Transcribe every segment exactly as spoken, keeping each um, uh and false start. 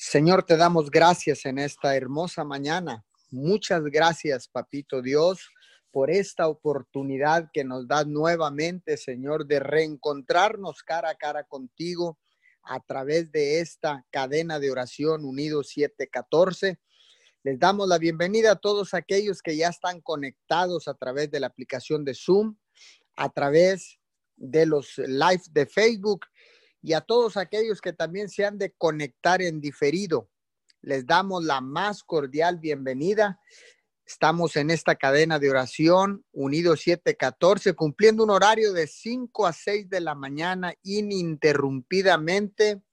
Señor, te damos gracias en esta hermosa mañana. Muchas gracias, Papito Dios, por esta oportunidad que nos das nuevamente, Señor, de reencontrarnos cara a cara contigo a través de esta cadena de oración Unidos siete catorce. Les damos la bienvenida a todos aquellos que ya están conectados a través de la aplicación de Zoom, a través de los live de Facebook y a todos aquellos que también se han de conectar en diferido. Les damos la más cordial bienvenida. Estamos en esta cadena de oración Unidos siete catorce, cumpliendo un horario de cinco a seis de la mañana ininterrumpidamente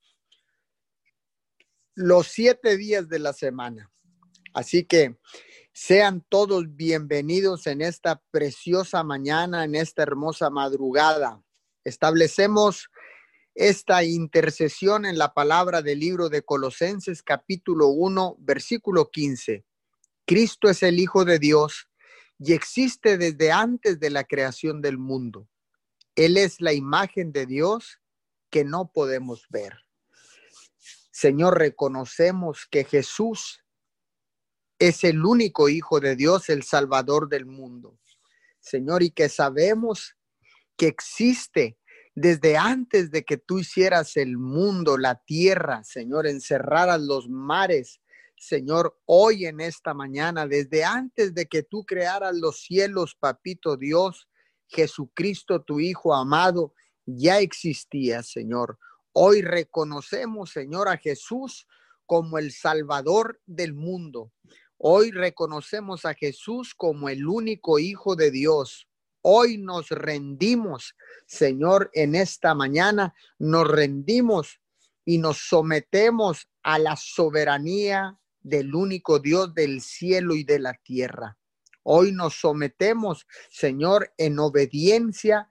los siete días de la semana. Así que sean todos bienvenidos en esta preciosa mañana, en esta hermosa madrugada. Establecemos esta intercesión en la palabra del libro de Colosenses, capítulo uno, versículo quince. Cristo es el Hijo de Dios y existe desde antes de la creación del mundo. Él es la imagen de Dios que no podemos ver. Señor, reconocemos que Jesús es el único Hijo de Dios, el Salvador del mundo. Señor, y que sabemos que existe desde antes de que tú hicieras el mundo, la tierra, Señor, encerraras los mares. Señor, hoy en esta mañana, desde antes de que tú crearas los cielos, Papito Dios, Jesucristo, tu Hijo amado, ya existía, Señor. Hoy reconocemos, Señor, a Jesús como el Salvador del mundo. Hoy reconocemos a Jesús como el único Hijo de Dios. Hoy nos rendimos, Señor, en esta mañana nos rendimos y nos sometemos a la soberanía del único Dios del cielo y de la tierra. Hoy nos sometemos, Señor, en obediencia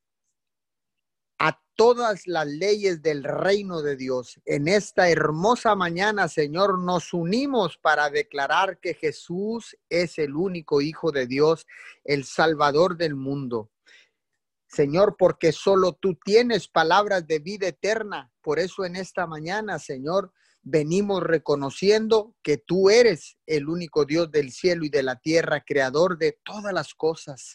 a todas las leyes del reino de Dios. En esta hermosa mañana, Señor, nos unimos para declarar que Jesús es el único Hijo de Dios, el Salvador del mundo. Señor, porque solo tú tienes palabras de vida eterna. Por eso en esta mañana, Señor, venimos reconociendo que tú eres el único Dios del cielo y de la tierra, creador de todas las cosas,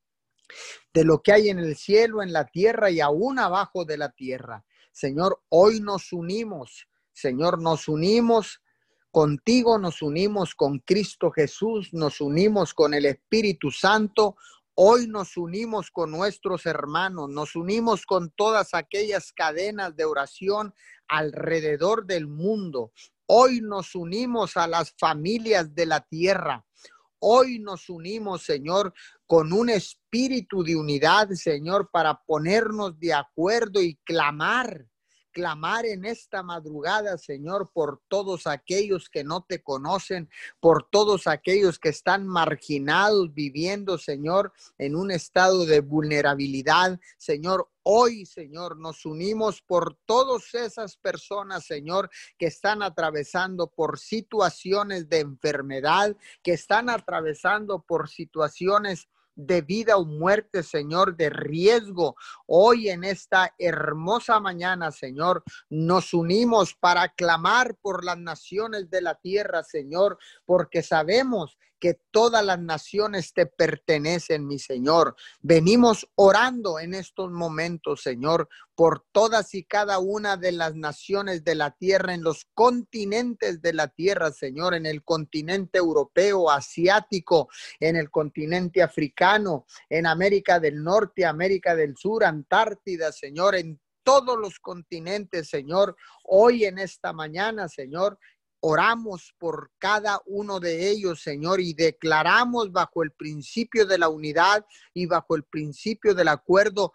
de lo que hay en el cielo, en la tierra y aún abajo de la tierra. Señor, hoy nos unimos, Señor, nos unimos contigo, nos unimos con Cristo Jesús, nos unimos con el Espíritu Santo. Hoy nos unimos con nuestros hermanos, nos unimos con todas aquellas cadenas de oración alrededor del mundo. Hoy nos unimos a las familias de la tierra. Hoy nos unimos, Señor, con un espíritu de unidad, Señor, para ponernos de acuerdo y clamar, clamar en esta madrugada, Señor, por todos aquellos que no te conocen, por todos aquellos que están marginados, viviendo, Señor, en un estado de vulnerabilidad. Señor, hoy, Señor, nos unimos por todas esas personas, Señor, que están atravesando por situaciones de enfermedad, que están atravesando por situaciones de vida o muerte, Señor, de riesgo. Hoy en esta hermosa mañana, Señor, nos unimos para clamar por las naciones de la tierra, Señor, porque sabemos que todas las naciones te pertenecen, mi Señor. Venimos orando en estos momentos, Señor, por todas y cada una de las naciones de la tierra, en los continentes de la tierra, Señor, en el continente europeo, asiático, en el continente africano, en América del Norte, América del Sur, Antártida, Señor, en todos los continentes, Señor. Hoy en esta mañana, Señor, oramos por cada uno de ellos, Señor, y declaramos bajo el principio de la unidad y bajo el principio del acuerdo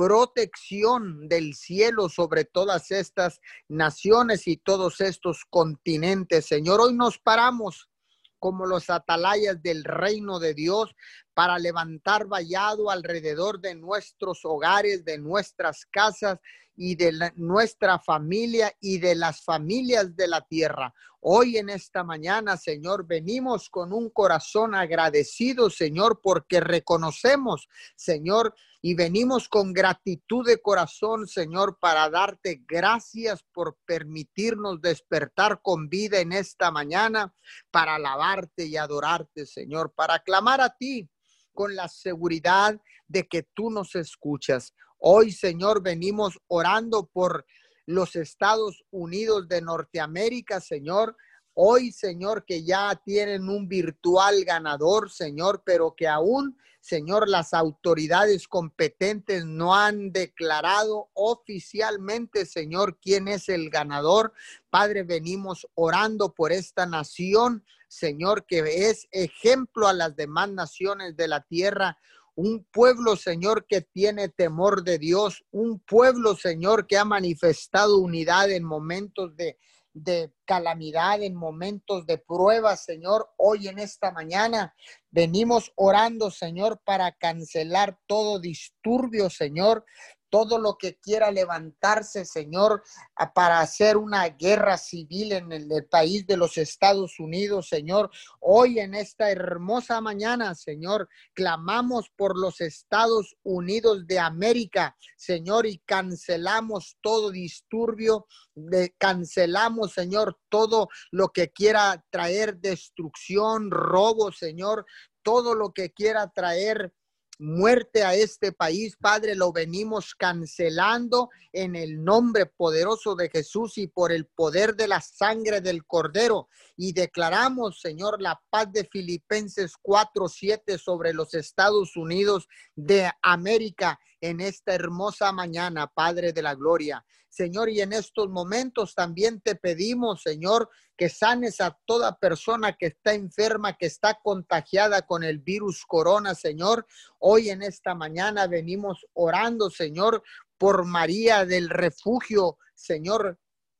protección del cielo sobre todas estas naciones y todos estos continentes, Señor. Hoy nos paramos como los atalayas del reino de Dios para levantar vallado alrededor de nuestros hogares, de nuestras casas y de la, nuestra familia y de las familias de la tierra. Hoy en esta mañana, Señor, venimos con un corazón agradecido, Señor, porque reconocemos, Señor, y venimos con gratitud de corazón, Señor, para darte gracias por permitirnos despertar con vida en esta mañana, para alabarte y adorarte, Señor, para clamar a ti con la seguridad de que tú nos escuchas. Hoy, Señor, venimos orando por los Estados Unidos de Norteamérica, Señor. Hoy, Señor, que ya tienen un virtual ganador, Señor, pero que aún, Señor, las autoridades competentes no han declarado oficialmente, Señor, quién es el ganador. Padre, venimos orando por esta nación, Señor, que es ejemplo a las demás naciones de la tierra. Un pueblo, Señor, que tiene temor de Dios. Un pueblo, Señor, que ha manifestado unidad en momentos de, de calamidad, en momentos de prueba, Señor. Hoy en esta mañana venimos orando, Señor, para cancelar todo disturbio, Señor. Todo lo que quiera levantarse, Señor, para hacer una guerra civil en el, el país de los Estados Unidos, Señor. Hoy en esta hermosa mañana, Señor, clamamos por los Estados Unidos de América, Señor, y cancelamos todo disturbio, de, cancelamos, Señor, todo lo que quiera traer destrucción, robo, Señor, todo lo que quiera traer muerte a este país, Padre, lo venimos cancelando en el nombre poderoso de Jesús y por el poder de la sangre del Cordero. Y declaramos, Señor, la paz de Filipenses cuatro siete sobre los Estados Unidos de América en esta hermosa mañana, Padre de la gloria. Señor, y en estos momentos también te pedimos, Señor, que sanes a toda persona que está enferma, que está contagiada con el virus corona, Señor. Hoy en esta mañana venimos orando, Señor, por María del Refugio, Señor.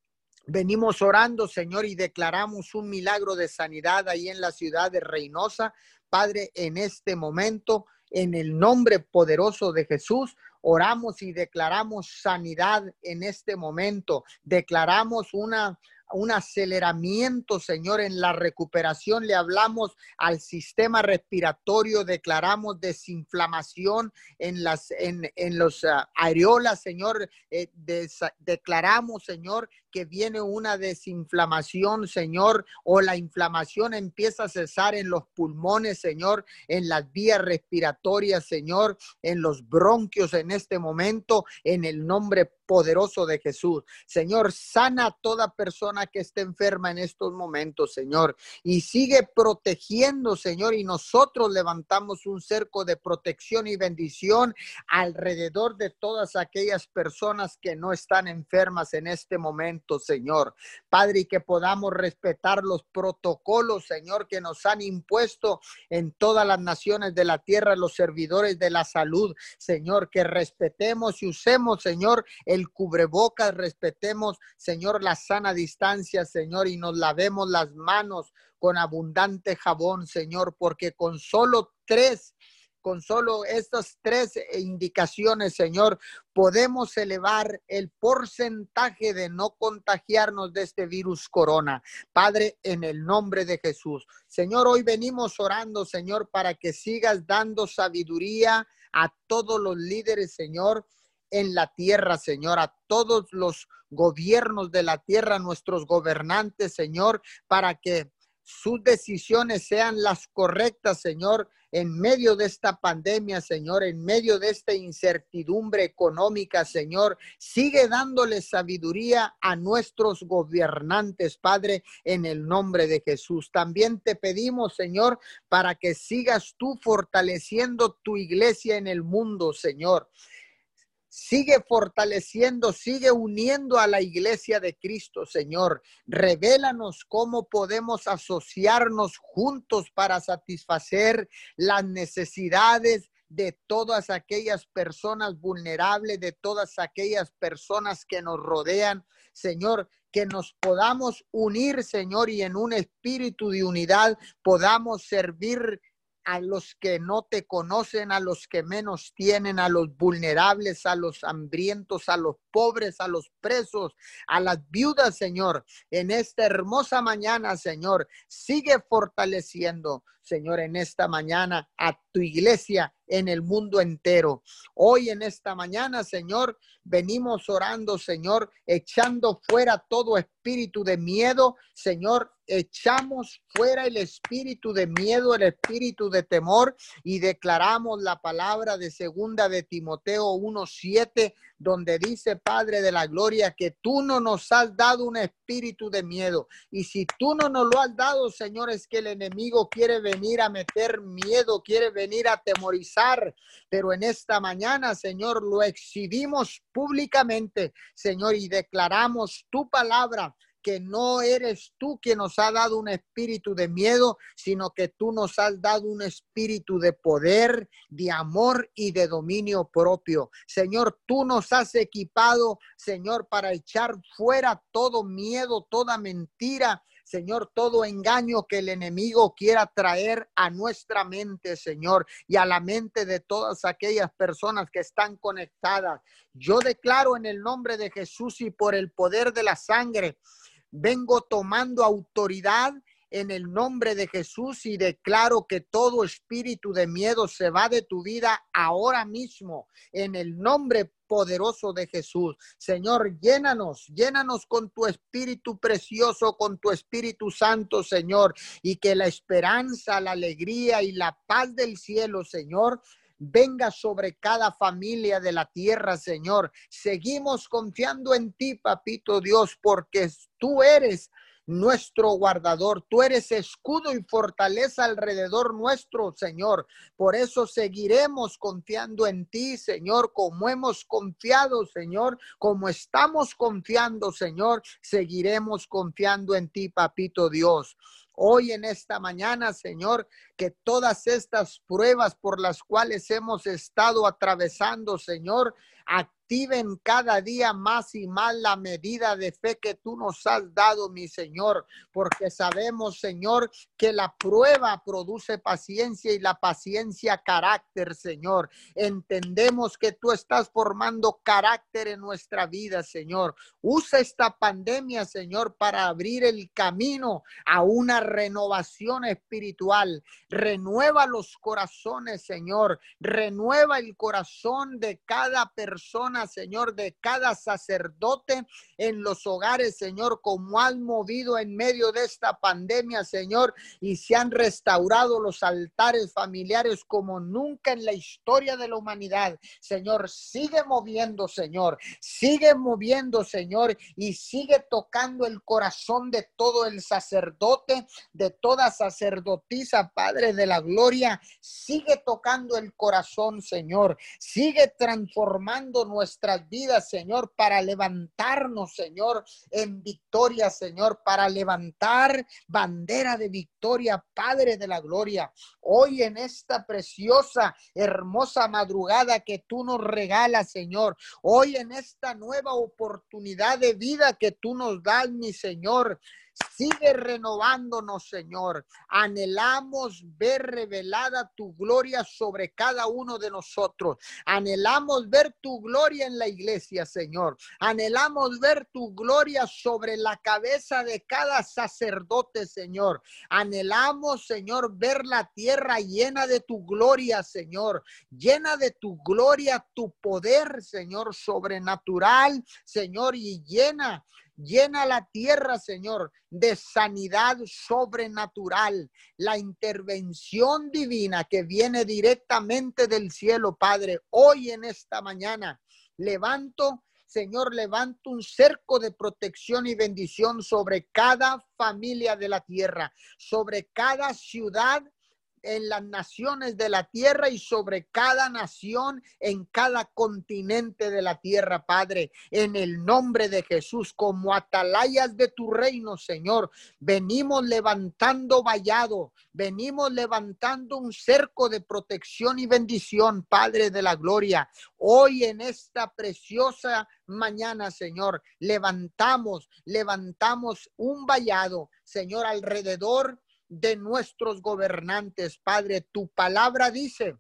Venimos orando, Señor, y declaramos un milagro de sanidad ahí en la ciudad de Reynosa. Padre, en este momento, en el nombre poderoso de Jesús, oramos y declaramos sanidad en este momento. Declaramos una un aceleramiento, Señor, en la recuperación. Le hablamos al sistema respiratorio, declaramos desinflamación en las en, en los uh, areolas, Señor. Eh, des, declaramos, Señor, que viene una desinflamación, Señor, o la inflamación empieza a cesar en los pulmones, Señor, en las vías respiratorias, Señor, en los bronquios en este momento, en el nombre poderoso de Jesús. Señor, sana a toda persona que esté enferma en estos momentos, Señor, y sigue protegiendo, Señor, y nosotros levantamos un cerco de protección y bendición alrededor de todas aquellas personas que no están enfermas en este momento, Señor. Padre, y que podamos respetar los protocolos, Señor, que nos han impuesto en todas las naciones de la tierra, los servidores de la salud, Señor, que respetemos y usemos, Señor, el cubrebocas, respetemos, Señor, la sana distancia, Señor, y nos lavemos las manos con abundante jabón, Señor, porque con solo tres Con solo estas tres indicaciones, Señor, podemos elevar el porcentaje de no contagiarnos de este virus corona. Padre, en el nombre de Jesús. Señor, hoy venimos orando, Señor, para que sigas dando sabiduría a todos los líderes, Señor, en la tierra, Señor, a todos los gobiernos de la tierra, nuestros gobernantes, Señor, para que sus decisiones sean las correctas, Señor, en medio de esta pandemia, Señor, en medio de esta incertidumbre económica, Señor. Sigue dándole sabiduría a nuestros gobernantes, Padre, en el nombre de Jesús. También te pedimos, Señor, para que sigas tú fortaleciendo tu iglesia en el mundo, Señor. Sigue fortaleciendo, sigue uniendo a la iglesia de Cristo, Señor. Revélanos cómo podemos asociarnos juntos para satisfacer las necesidades de todas aquellas personas vulnerables, de todas aquellas personas que nos rodean, Señor. Que nos podamos unir, Señor, y en un espíritu de unidad podamos servir a los que no te conocen, a los que menos tienen, a los vulnerables, a los hambrientos, a los pobres, a los presos, a las viudas, Señor. En esta hermosa mañana, Señor, sigue fortaleciendo, Señor, en esta mañana a tu iglesia en el mundo entero. Hoy en esta mañana, Señor, venimos orando, Señor, echando fuera todo espíritu de miedo, Señor. Echamos fuera el espíritu de miedo, el espíritu de temor, y declaramos la palabra de segunda de Timoteo uno siete, donde dice, Padre de la gloria, que tú no nos has dado un espíritu de miedo. Y si tú no nos lo has dado, Señor, es que el enemigo quiere venir a meter miedo, quiere venir a atemorizar. Pero en esta mañana, Señor, lo exhibimos públicamente, Señor, y declaramos tu palabra, que no eres tú quien nos ha dado un espíritu de miedo, sino que tú nos has dado un espíritu de poder, de amor y de dominio propio. Señor, tú nos has equipado, Señor, para echar fuera todo miedo, toda mentira, Señor, todo engaño que el enemigo quiera traer a nuestra mente, Señor, y a la mente de todas aquellas personas que están conectadas. Yo declaro en el nombre de Jesús y por el poder de la sangre, vengo tomando autoridad en el nombre de Jesús y declaro que todo espíritu de miedo se va de tu vida ahora mismo en el nombre poderoso de Jesús. Señor, llénanos, llénanos con tu espíritu precioso, con tu Espíritu Santo, Señor, y que la esperanza, la alegría y la paz del cielo, Señor, venga sobre cada familia de la tierra, Señor. Seguimos confiando en ti, Papito Dios, porque tú eres nuestro guardador, tú eres escudo y fortaleza alrededor nuestro, Señor. Por eso seguiremos confiando en ti, Señor, como hemos confiado, Señor, como estamos confiando, Señor, seguiremos confiando en ti, Papito Dios. Hoy en esta mañana, Señor, que todas estas pruebas por las cuales hemos estado atravesando, Señor, activen cada día más y más la medida de fe que tú nos has dado, mi Señor, porque sabemos, Señor, que la prueba produce paciencia y la paciencia carácter, Señor. Entendemos que tú estás formando carácter en nuestra vida, Señor. Usa esta pandemia, Señor, para abrir el camino a una renovación espiritual. Renueva los corazones, Señor. Renueva el corazón de cada persona, Señor, de cada sacerdote en los hogares, Señor, como han movido en medio de esta pandemia, Señor, y se han restaurado los altares familiares como nunca en la historia de la humanidad. Señor, sigue moviendo, Señor, sigue moviendo, Señor, y sigue tocando el corazón de todo el sacerdote, de toda sacerdotisa, Padre de la gloria. Sigue tocando el corazón, Señor, sigue transformando nuestras vidas, Señor, para levantarnos, Señor, en victoria, Señor, para levantar bandera de victoria, Padre de la gloria. Hoy en esta preciosa, hermosa madrugada que tú nos regalas, Señor, hoy en esta nueva oportunidad de vida que tú nos das, mi Señor, sigue renovándonos, Señor. Anhelamos ver revelada tu gloria sobre cada uno de nosotros. Anhelamos ver tu gloria en la iglesia, Señor. Anhelamos ver tu gloria sobre la cabeza de cada sacerdote, Señor. Anhelamos, Señor, ver la tierra llena de tu gloria, Señor. Llena de tu gloria, tu poder, Señor, sobrenatural, Señor, y llena Llena la tierra, Señor, de sanidad sobrenatural, la intervención divina que viene directamente del cielo, Padre. Hoy en esta mañana levanto, Señor, levanto un cerco de protección y bendición sobre cada familia de la tierra, sobre cada ciudad en las naciones de la tierra y sobre cada nación en cada continente de la tierra, Padre, en el nombre de Jesús, como atalayas de tu reino, Señor, venimos levantando vallado, venimos levantando un cerco de protección y bendición, Padre de la gloria. Hoy en esta preciosa mañana, Señor, levantamos, levantamos un vallado, Señor, alrededor de nuestros gobernantes, Padre. Tu palabra dice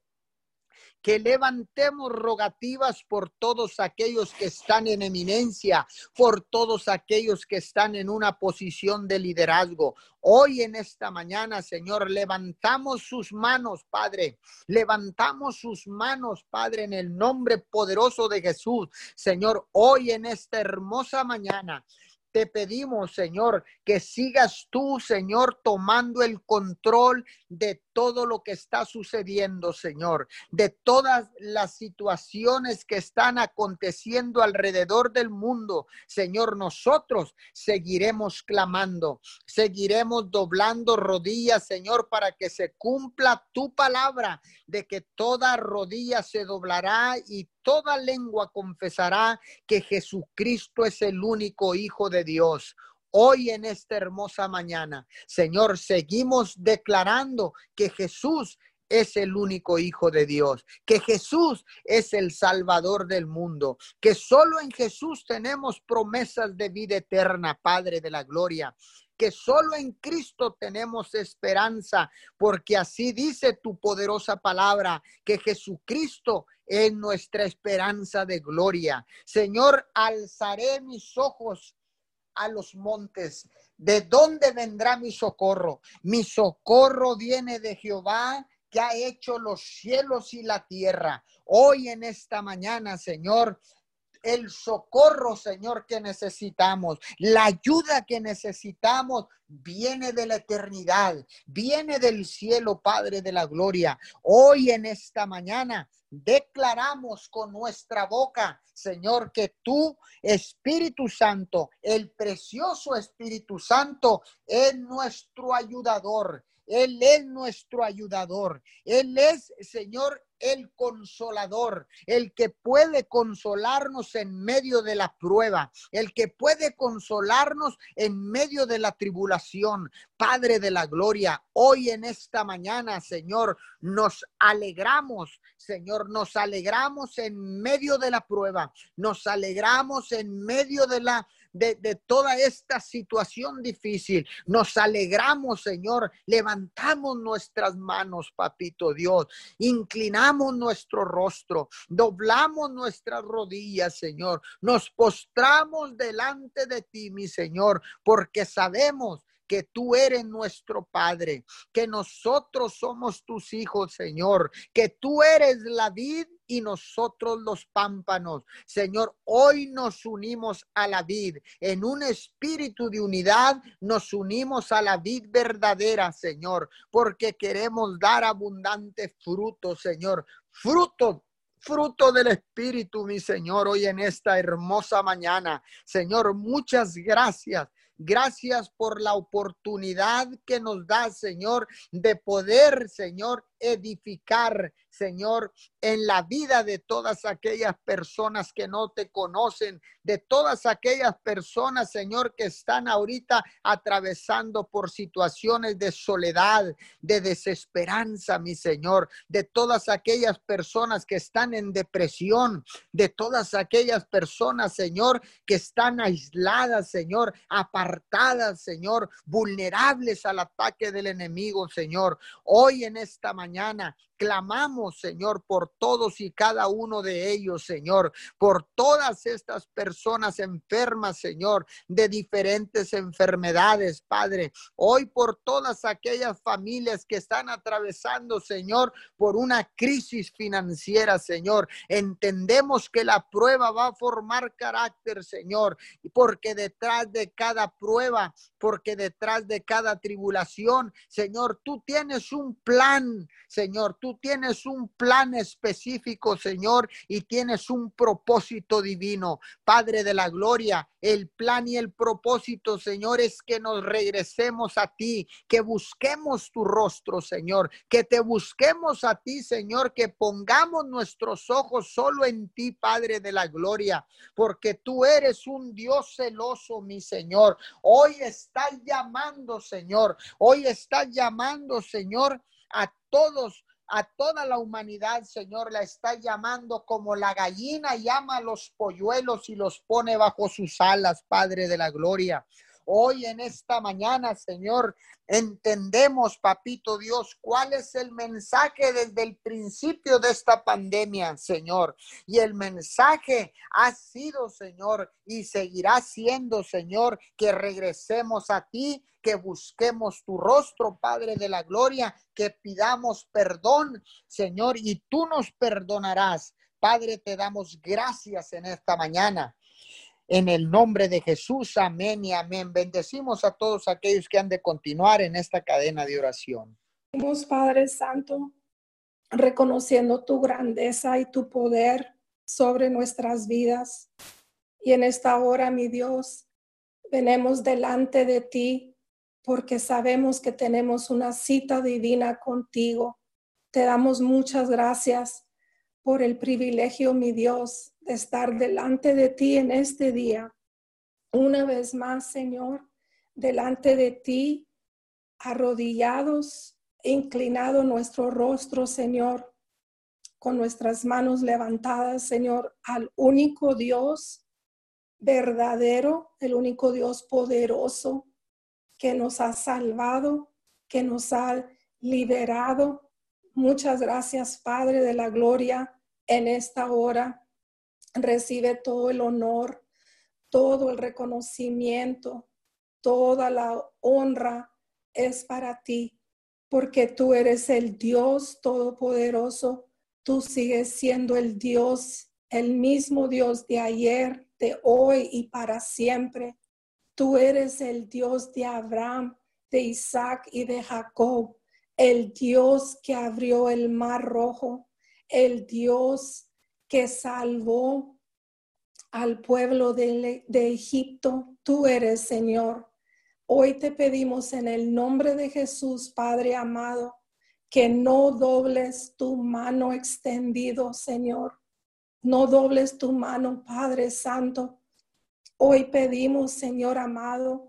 que levantemos rogativas por todos aquellos que están en eminencia, por todos aquellos que están en una posición de liderazgo. Hoy en esta mañana, Señor, levantamos sus manos, Padre. Levantamos sus manos, Padre, en el nombre poderoso de Jesús. Señor, hoy en esta hermosa mañana, te pedimos, Señor, que sigas tú, Señor, tomando el control de todo lo que está sucediendo, Señor, de todas las situaciones que están aconteciendo alrededor del mundo. Señor, nosotros seguiremos clamando, seguiremos doblando rodillas, Señor, para que se cumpla tu palabra de que toda rodilla se doblará y toda lengua confesará que Jesucristo es el único Hijo de Dios. Hoy en esta hermosa mañana, Señor, seguimos declarando que Jesús es el único Hijo de Dios, que Jesús es el Salvador del mundo, que solo en Jesús tenemos promesas de vida eterna, Padre de la gloria, que solo en Cristo tenemos esperanza, porque así dice tu poderosa palabra, que Jesucristo es nuestra esperanza de gloria. Señor, alzaré mis ojos a los montes. ¿De dónde vendrá mi socorro? Mi socorro viene de Jehová, que ha hecho los cielos y la tierra. Hoy en esta mañana, Señor, el socorro, Señor, que necesitamos, la ayuda que necesitamos, viene de la eternidad, viene del cielo, Padre de la gloria. Hoy en esta mañana declaramos con nuestra boca, Señor, que tú, Espíritu Santo, el precioso Espíritu Santo, es nuestro ayudador. Él es nuestro ayudador. Él es, Señor, el consolador, el que puede consolarnos en medio de la prueba, el que puede consolarnos en medio de la tribulación. Padre de la gloria, hoy en esta mañana, Señor, nos alegramos, Señor, nos alegramos en medio de la prueba, nos alegramos en medio de la De, de toda esta situación difícil. Nos alegramos, Señor, levantamos nuestras manos, Papito Dios, inclinamos nuestro rostro, doblamos nuestras rodillas, Señor, nos postramos delante de ti, mi Señor, porque sabemos que tú eres nuestro Padre, que nosotros somos tus hijos, Señor, que tú eres la vid y nosotros los pámpanos. Señor, hoy nos unimos a la vid, en un espíritu de unidad nos unimos a la vid verdadera, Señor, porque queremos dar abundante fruto, Señor, fruto fruto del Espíritu, mi Señor, hoy en esta hermosa mañana. Señor, muchas gracias. Gracias por la oportunidad que nos da, Señor, de poder, Señor, edificar, Señor, en la vida de todas aquellas personas que no te conocen, de todas aquellas personas, Señor, que están ahorita atravesando por situaciones de soledad, de desesperanza, mi Señor, de todas aquellas personas que están en depresión, de todas aquellas personas, Señor, que están aisladas, Señor, apartadas, Señor, vulnerables al ataque del enemigo, Señor. Hoy en esta mañana clamamos, Señor, por todos y cada uno de ellos, Señor, por todas estas personas enfermas, Señor, de diferentes enfermedades, Padre. Hoy por todas aquellas familias que están atravesando, Señor, por una crisis financiera, Señor. Entendemos que la prueba va a formar carácter, Señor, porque detrás de cada prueba, porque detrás de cada tribulación, Señor, tú tienes un plan, Señor, tú tienes un plan específico, Señor, y tienes un propósito divino. Padre de la gloria, el plan y el propósito, Señor, es que nos regresemos a ti, que busquemos tu rostro, Señor, que te busquemos a ti, Señor, que pongamos nuestros ojos solo en ti, Padre de la gloria, porque tú eres un Dios celoso, mi Señor. Hoy estás llamando, Señor, hoy estás llamando, Señor, a todos, a toda la humanidad, Señor, la está llamando como la gallina llama a los polluelos y los pone bajo sus alas, Padre de la gloria. Hoy en esta mañana, Señor, entendemos, papito Dios, cuál es el mensaje desde el principio de esta pandemia, Señor. Y el mensaje ha sido, Señor, y seguirá siendo, Señor, que regresemos a ti, que busquemos tu rostro, Padre de la gloria, que pidamos perdón, Señor, y tú nos perdonarás. Padre, te damos gracias en esta mañana. En el nombre de Jesús, amén y amén. Bendecimos a todos aquellos que han de continuar en esta cadena de oración. Padre Santo, reconociendo tu grandeza y tu poder sobre nuestras vidas. Y en esta hora, mi Dios, venimos delante de ti porque sabemos que tenemos una cita divina contigo. Te damos muchas gracias por el privilegio, mi Dios, de estar delante de ti en este día. Una vez más, Señor, delante de ti, arrodillados, inclinado nuestro rostro, Señor, con nuestras manos levantadas, Señor, al único Dios verdadero, el único Dios poderoso que nos ha salvado, que nos ha liberado. Muchas gracias, Padre de la gloria, en esta hora. Recibe todo el honor, todo el reconocimiento, toda la honra es para ti, porque tú eres el Dios todopoderoso. Tú sigues siendo el Dios, el mismo Dios de ayer, de hoy y para siempre. Tú eres el Dios de Abraham, de Isaac y de Jacob, el Dios que abrió el mar rojo, el Dios que salvó al pueblo de, de Egipto. Tú eres, Señor. Hoy te pedimos en el nombre de Jesús, Padre amado, que no dobles tu mano extendido, Señor. No dobles tu mano, Padre Santo. Hoy pedimos, Señor amado,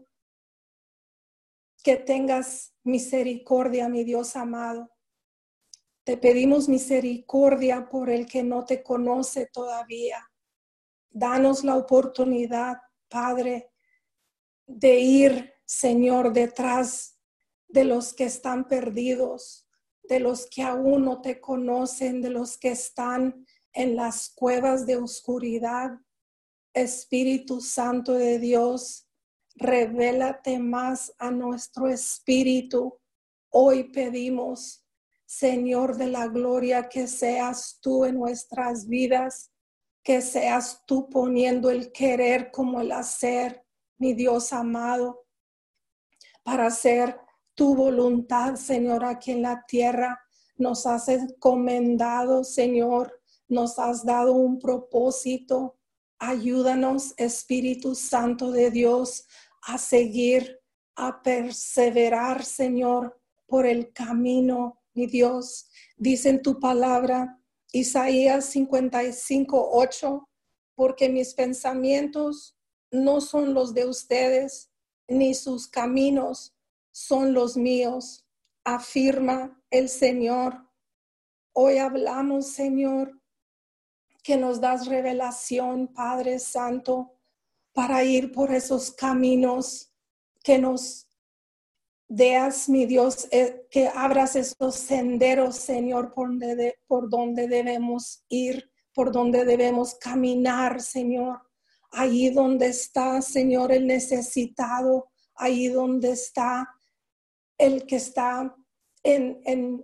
que tengas misericordia, mi Dios amado. Te pedimos misericordia por el que no te conoce todavía. Danos la oportunidad, Padre, de ir, Señor, detrás de los que están perdidos, de los que aún no te conocen, de los que están en las cuevas de oscuridad. Espíritu Santo de Dios, revélate más a nuestro espíritu. Hoy pedimos, Señor de la gloria, que seas tú en nuestras vidas, que seas tú poniendo el querer como el hacer, mi Dios amado, para hacer tu voluntad, Señor, aquí en la tierra. Nos has encomendado, Señor, nos has dado un propósito. Ayúdanos, Espíritu Santo de Dios, a seguir, a perseverar, Señor, por el camino, mi Dios. Dice en tu palabra, Isaías cincuenta y cinco, ocho, porque mis pensamientos no son los de ustedes, ni sus caminos son los míos, afirma el Señor. Hoy hablamos, Señor, que nos das revelación, Padre Santo, para ir por esos caminos, que nos deas, mi Dios, eh, que abras esos senderos, Señor, por donde, de, por donde debemos ir, por donde debemos caminar, Señor. Allí donde está, Señor, el necesitado, allí donde está el que está en, en,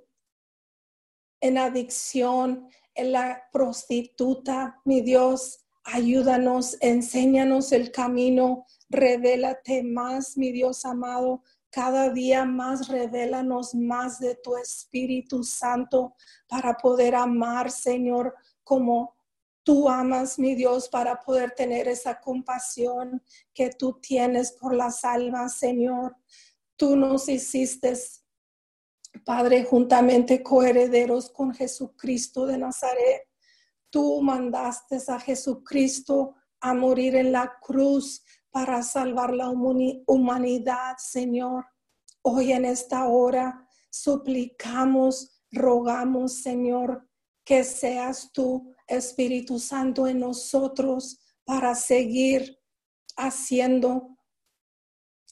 en adicción, en la prostituta, mi Dios, ayúdanos, enséñanos el camino, revélate más, mi Dios amado, cada día más, revélanos más de tu Espíritu Santo para poder amar, Señor, como tú amas, mi Dios, para poder tener esa compasión que tú tienes por las almas, Señor. Tú nos hiciste, Padre, juntamente coherederos con Jesucristo de Nazaret. Tú mandaste a Jesucristo a morir en la cruz para salvar la humanidad, Señor. Hoy en esta hora suplicamos, rogamos, Señor, que seas tú, Espíritu Santo, en nosotros para seguir haciendo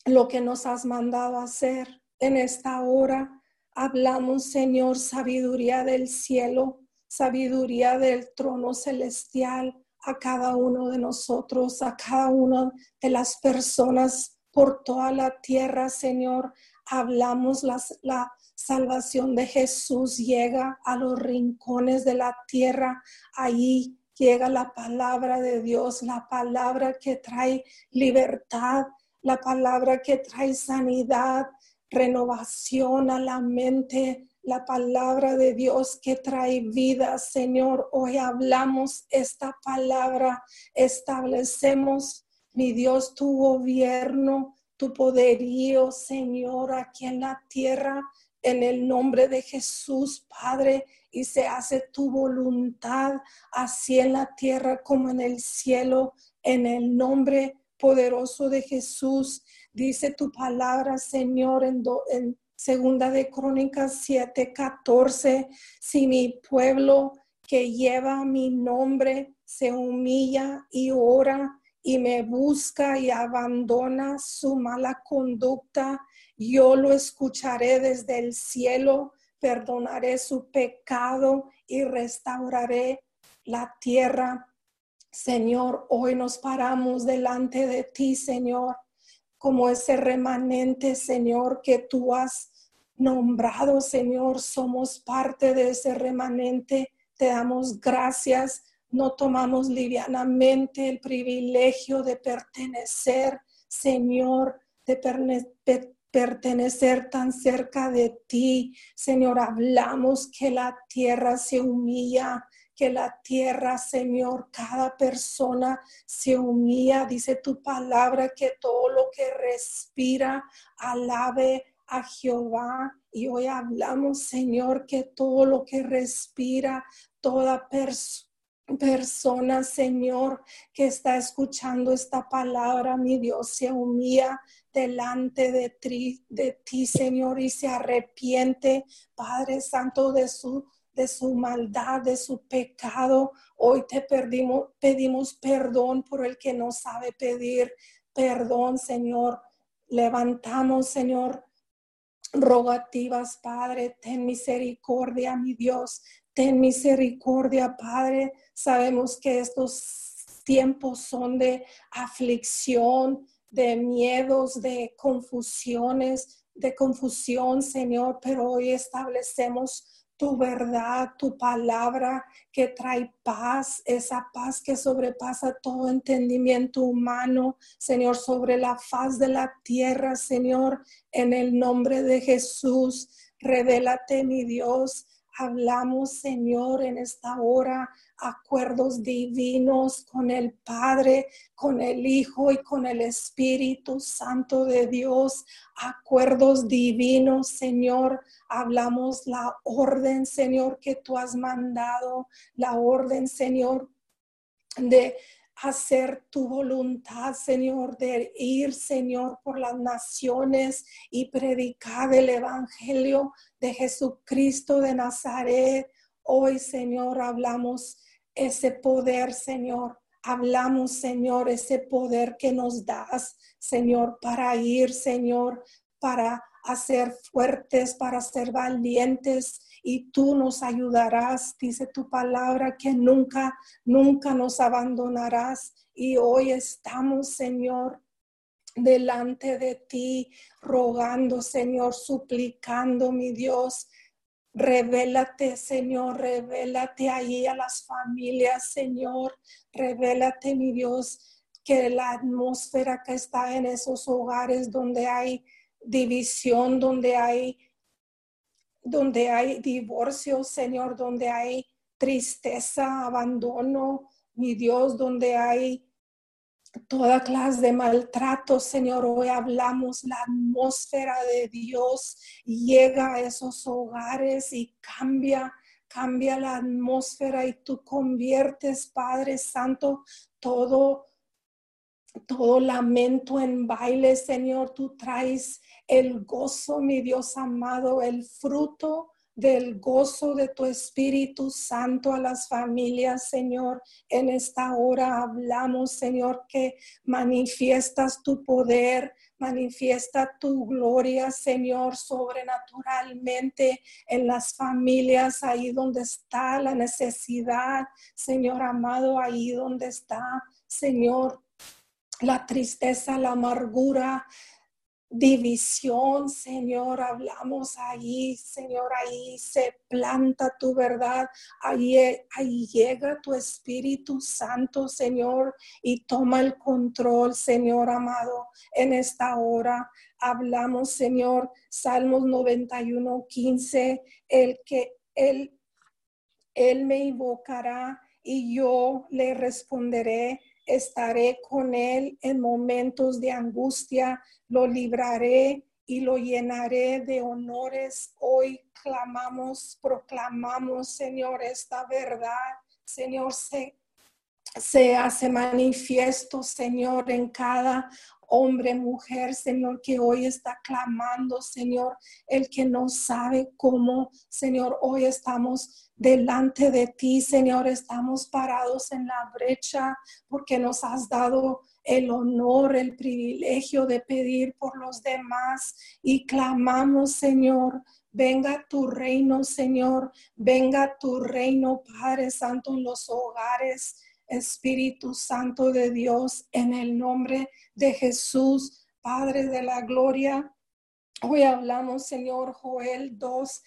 lo que nos has mandado a hacer en esta hora. Hablamos, Señor, sabiduría del cielo, sabiduría del trono celestial a cada uno de nosotros, a cada una de las personas por toda la tierra, Señor. Hablamos las, la salvación de Jesús llega a los rincones de la tierra. Ahí llega la palabra de Dios, la palabra que trae libertad, la palabra que trae sanidad, renovación a la mente, la palabra de Dios que trae vida, Señor. Hoy hablamos esta palabra, establecemos, mi Dios, tu gobierno, tu poderío, Señor, aquí en la tierra, en el nombre de Jesús, Padre, y se hace tu voluntad, así en la tierra como en el cielo, en el nombre poderoso de Jesús. Dice tu palabra, Señor, en, do, en Segunda de Crónicas siete, catorce, si mi pueblo que lleva mi nombre se humilla y ora y me busca y abandona su mala conducta, yo lo escucharé desde el cielo, perdonaré su pecado y restauraré la tierra. Señor, hoy nos paramos delante de ti, Señor, como ese remanente, Señor, que tú has nombrado, Señor. Somos parte de ese remanente. Te damos gracias. No tomamos livianamente el privilegio de pertenecer, Señor, de pertenecer. pertenecer tan cerca de ti, Señor. Hablamos que la tierra se humilla, que la tierra, Señor, cada persona se humilla. Dice tu palabra que todo lo que respira alabe a Jehová. Y hoy hablamos, Señor, que todo lo que respira, toda persona, persona, Señor, que está escuchando esta palabra, mi Dios, se humilla delante de ti, de ti, Señor, y se arrepiente, Padre Santo, de su, de su maldad, de su pecado. Hoy te pedimos, pedimos perdón por el que no sabe pedir perdón, Señor. Levantamos, Señor, rogativas, Padre. Ten misericordia, mi Dios. Ten misericordia, Padre. Sabemos que estos tiempos son de aflicción, de miedos, de confusiones, de confusión, Señor, pero hoy establecemos tu verdad, tu palabra que trae paz, esa paz que sobrepasa todo entendimiento humano, Señor, sobre la faz de la tierra, Señor, en el nombre de Jesús. Revélate, mi Dios. Hablamos, Señor, en esta hora, acuerdos divinos con el Padre, con el Hijo y con el Espíritu Santo de Dios. Acuerdos divinos, Señor. Hablamos la orden, Señor, que tú has mandado, la orden, Señor, de hacer tu voluntad, Señor, de ir, Señor, por las naciones y predicar el evangelio de Jesucristo de Nazaret. Hoy, Señor, hablamos ese poder, Señor. Hablamos, Señor, ese poder que nos das, Señor, para ir, Señor, para hacer fuertes, para ser valientes, y tú nos ayudarás. Dice tu palabra que nunca, nunca nos abandonarás. Y hoy estamos, Señor, delante de ti, rogando, Señor, suplicando, mi Dios. Revélate, Señor, revélate ahí a las familias, Señor. Revélate, mi Dios, que la atmósfera que está en esos hogares donde hay división, donde hay donde hay divorcio, Señor, donde hay tristeza, abandono, mi Dios, donde hay toda clase de maltrato, Señor. Hoy hablamos, la atmósfera de Dios llega a esos hogares y cambia, cambia la atmósfera, y tú conviertes, Padre Santo, todo Todo lamento en baile, Señor. Tú traes el gozo, mi Dios amado, el fruto del gozo de tu Espíritu Santo a las familias, Señor. En esta hora hablamos, Señor, que manifiestas tu poder, manifiesta tu gloria, Señor, sobrenaturalmente en las familias, ahí donde está la necesidad, Señor amado, ahí donde está, Señor, la tristeza, la amargura, división, Señor, hablamos ahí, Señor, ahí se planta tu verdad, ahí, ahí llega tu Espíritu Santo, Señor, y toma el control, Señor amado, en esta hora. Hablamos, Señor, Salmos noventa y uno, quince, el que Él, Él me invocará y yo le responderé. Estaré con él en momentos de angustia, lo libraré y lo llenaré de honores. Hoy clamamos, proclamamos, Señor, esta verdad. Señor, se, se hace manifiesto, Señor, en cada hombre, mujer, Señor, que hoy está clamando, Señor, el que no sabe cómo, Señor, hoy estamos delante de ti, Señor, estamos parados en la brecha porque nos has dado el honor, el privilegio de pedir por los demás y clamamos, Señor, venga tu reino, Señor, venga tu reino, Padre Santo, en los hogares, Espíritu Santo de Dios, en el nombre de Jesús, Padre de la gloria. Hoy hablamos, Señor, Joel dos,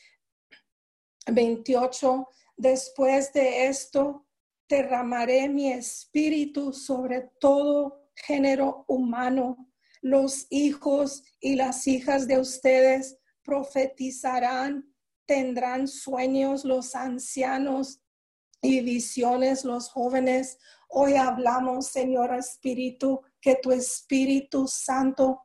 veintiocho. Después de esto, derramaré mi espíritu sobre todo género humano. Los hijos y las hijas de ustedes profetizarán, tendrán sueños los ancianos y visiones los jóvenes. Hoy hablamos, Señor Espíritu, que tu Espíritu Santo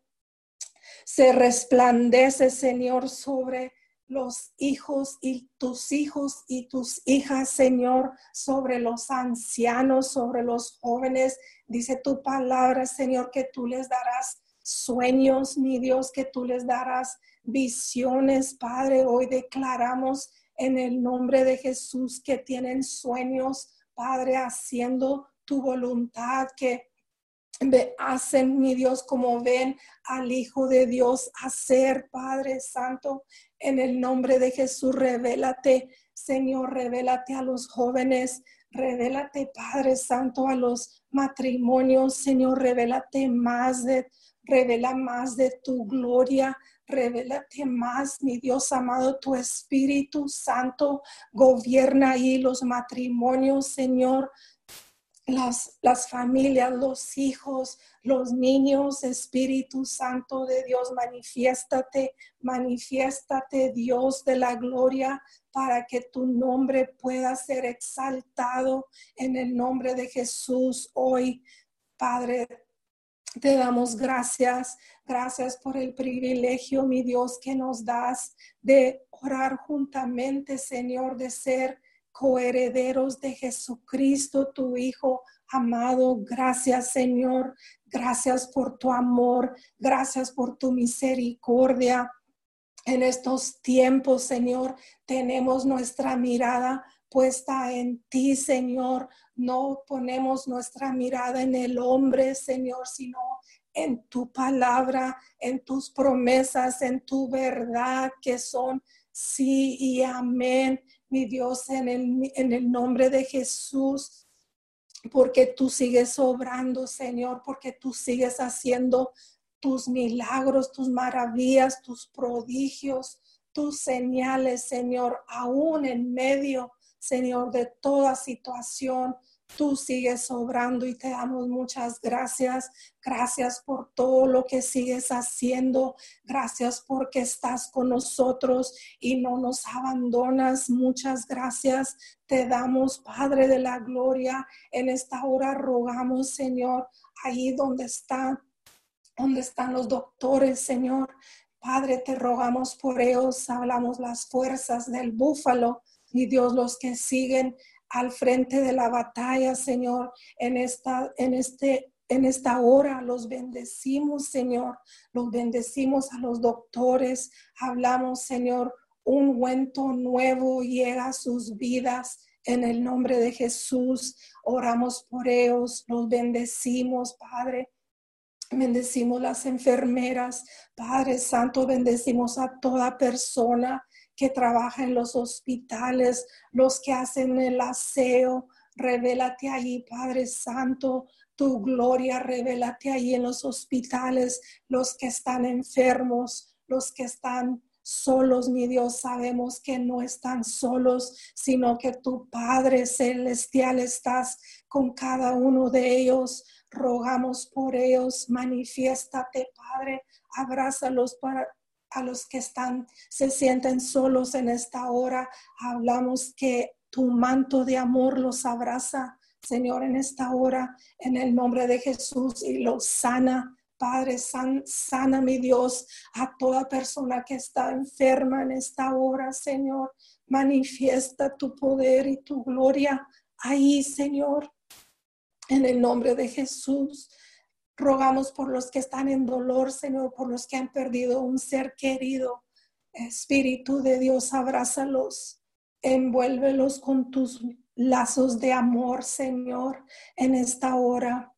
se resplandece, Señor, sobre los hijos y tus hijos y tus hijas, Señor, sobre los ancianos, sobre los jóvenes. Dice tu palabra, Señor, que tú les darás sueños, mi Dios, que tú les darás visiones, Padre. Hoy declaramos en el nombre de Jesús que tienen sueños, Padre, haciendo tu voluntad, que hacen, mi Dios, como ven al Hijo de Dios hacer, Padre Santo. En el nombre de Jesús, revélate, Señor, revélate a los jóvenes, revélate, Padre Santo, a los matrimonios, Señor, revélate más de, revela más de tu gloria, revélate más, mi Dios amado, tu Espíritu Santo gobierna ahí los matrimonios, Señor, las, las familias, los hijos, los niños. Espíritu Santo de Dios, manifiéstate, manifiéstate, Dios de la gloria, para que tu nombre pueda ser exaltado en el nombre de Jesús hoy, Padre. Te damos gracias, gracias por el privilegio, mi Dios, que nos das de orar juntamente, Señor, de ser coherederos de Jesucristo, tu Hijo amado. Gracias, Señor, gracias por tu amor, gracias por tu misericordia. En estos tiempos, Señor, tenemos nuestra mirada puesta en ti, Señor. No ponemos nuestra mirada en el hombre, Señor, sino en tu palabra, en tus promesas, en tu verdad, que son sí y amén, mi Dios, en el, en el nombre de Jesús, porque tú sigues obrando, Señor, porque tú sigues haciendo tus milagros, tus maravillas, tus prodigios, tus señales, Señor, aún en medio, Señor, de toda situación. Tú sigues obrando y te damos muchas gracias. Gracias por todo lo que sigues haciendo. Gracias porque estás con nosotros y no nos abandonas. Muchas gracias te damos, Padre de la gloria. En esta hora rogamos, Señor, ahí donde está, donde están los doctores, Señor. Padre, te rogamos por ellos. Hablamos las fuerzas del búfalo, mi Dios, los que siguen al frente de la batalla, Señor, en esta, en este, en esta hora los bendecimos, Señor, los bendecimos a los doctores. Hablamos, Señor, un ungüento nuevo llega a sus vidas. En el nombre de Jesús, oramos por ellos, los bendecimos, Padre. Bendecimos las enfermeras, Padre Santo, bendecimos a toda persona que trabaja en los hospitales, los que hacen el aseo. Revélate allí, Padre Santo, tu gloria, revélate allí en los hospitales, los que están enfermos, los que están solos, mi Dios, sabemos que no están solos, sino que tu Padre Celestial estás con cada uno de ellos. Rogamos por ellos, manifiéstate, Padre, abrázalos para a los que están, se sienten solos en esta hora. Hablamos que tu manto de amor los abraza, Señor, en esta hora, en el nombre de Jesús, y los sana. Padre, san, sana, mi Dios, a toda persona que está enferma en esta hora, Señor. Manifiesta tu poder y tu gloria ahí, Señor. En el nombre de Jesús, rogamos por los que están en dolor, Señor, por los que han perdido un ser querido. Espíritu de Dios, abrázalos, envuélvelos con tus lazos de amor, Señor, en esta hora.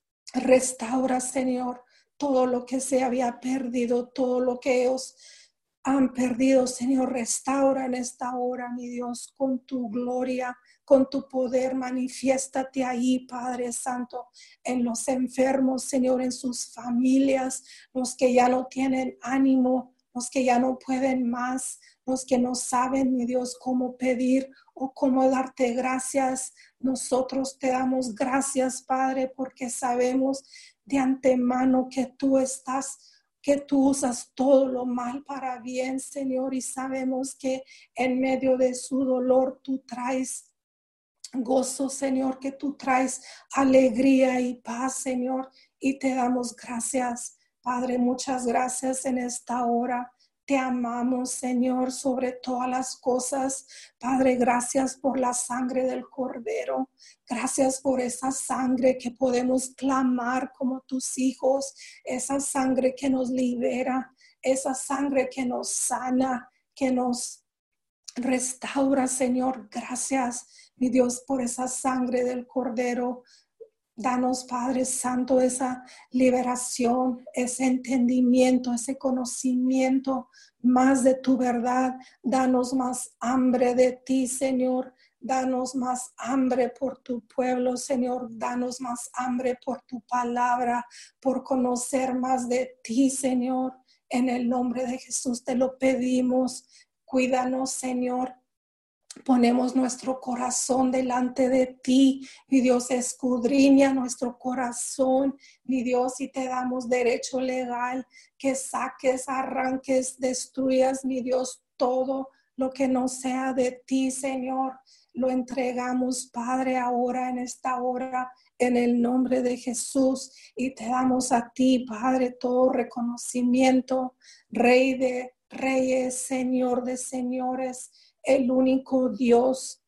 Restaura, Señor, todo lo que se había perdido, todo lo que ellos han perdido, Señor. Restaura en esta hora, mi Dios, con tu gloria, con tu poder. Manifiéstate ahí, Padre Santo, en los enfermos, Señor, en sus familias, los que ya no tienen ánimo, los que ya no pueden más, los que no saben, mi Dios, cómo pedir o cómo darte gracias. Nosotros te damos gracias, Padre, porque sabemos de antemano que tú estás, que tú usas todo lo mal para bien, Señor, y sabemos que en medio de su dolor tú traes gozo, Señor, que tú traes alegría y paz, Señor, y te damos gracias, Padre. Muchas gracias en esta hora. Te amamos, Señor, sobre todas las cosas. Padre, gracias por la sangre del Cordero. Gracias por esa sangre que podemos clamar como tus hijos. Esa sangre que nos libera. Esa sangre que nos sana, que nos restaura, Señor. Gracias, mi Dios, por esa sangre del Cordero. Danos, Padre Santo, esa liberación, ese entendimiento, ese conocimiento más de tu verdad. Danos más hambre de ti, Señor. Danos más hambre por tu pueblo, Señor. Danos más hambre por tu palabra, por conocer más de ti, Señor. En el nombre de Jesús te lo pedimos. Cuídanos, Señor. Ponemos nuestro corazón delante de ti, mi Dios, escudriña nuestro corazón, mi Dios, y te damos derecho legal que saques, arranques, destruyas, mi Dios, todo lo que no sea de ti, Señor. Lo entregamos, Padre, ahora en esta hora, en el nombre de Jesús, y te damos a ti, Padre, todo reconocimiento, Rey de reyes, Señor de señores, el único Dios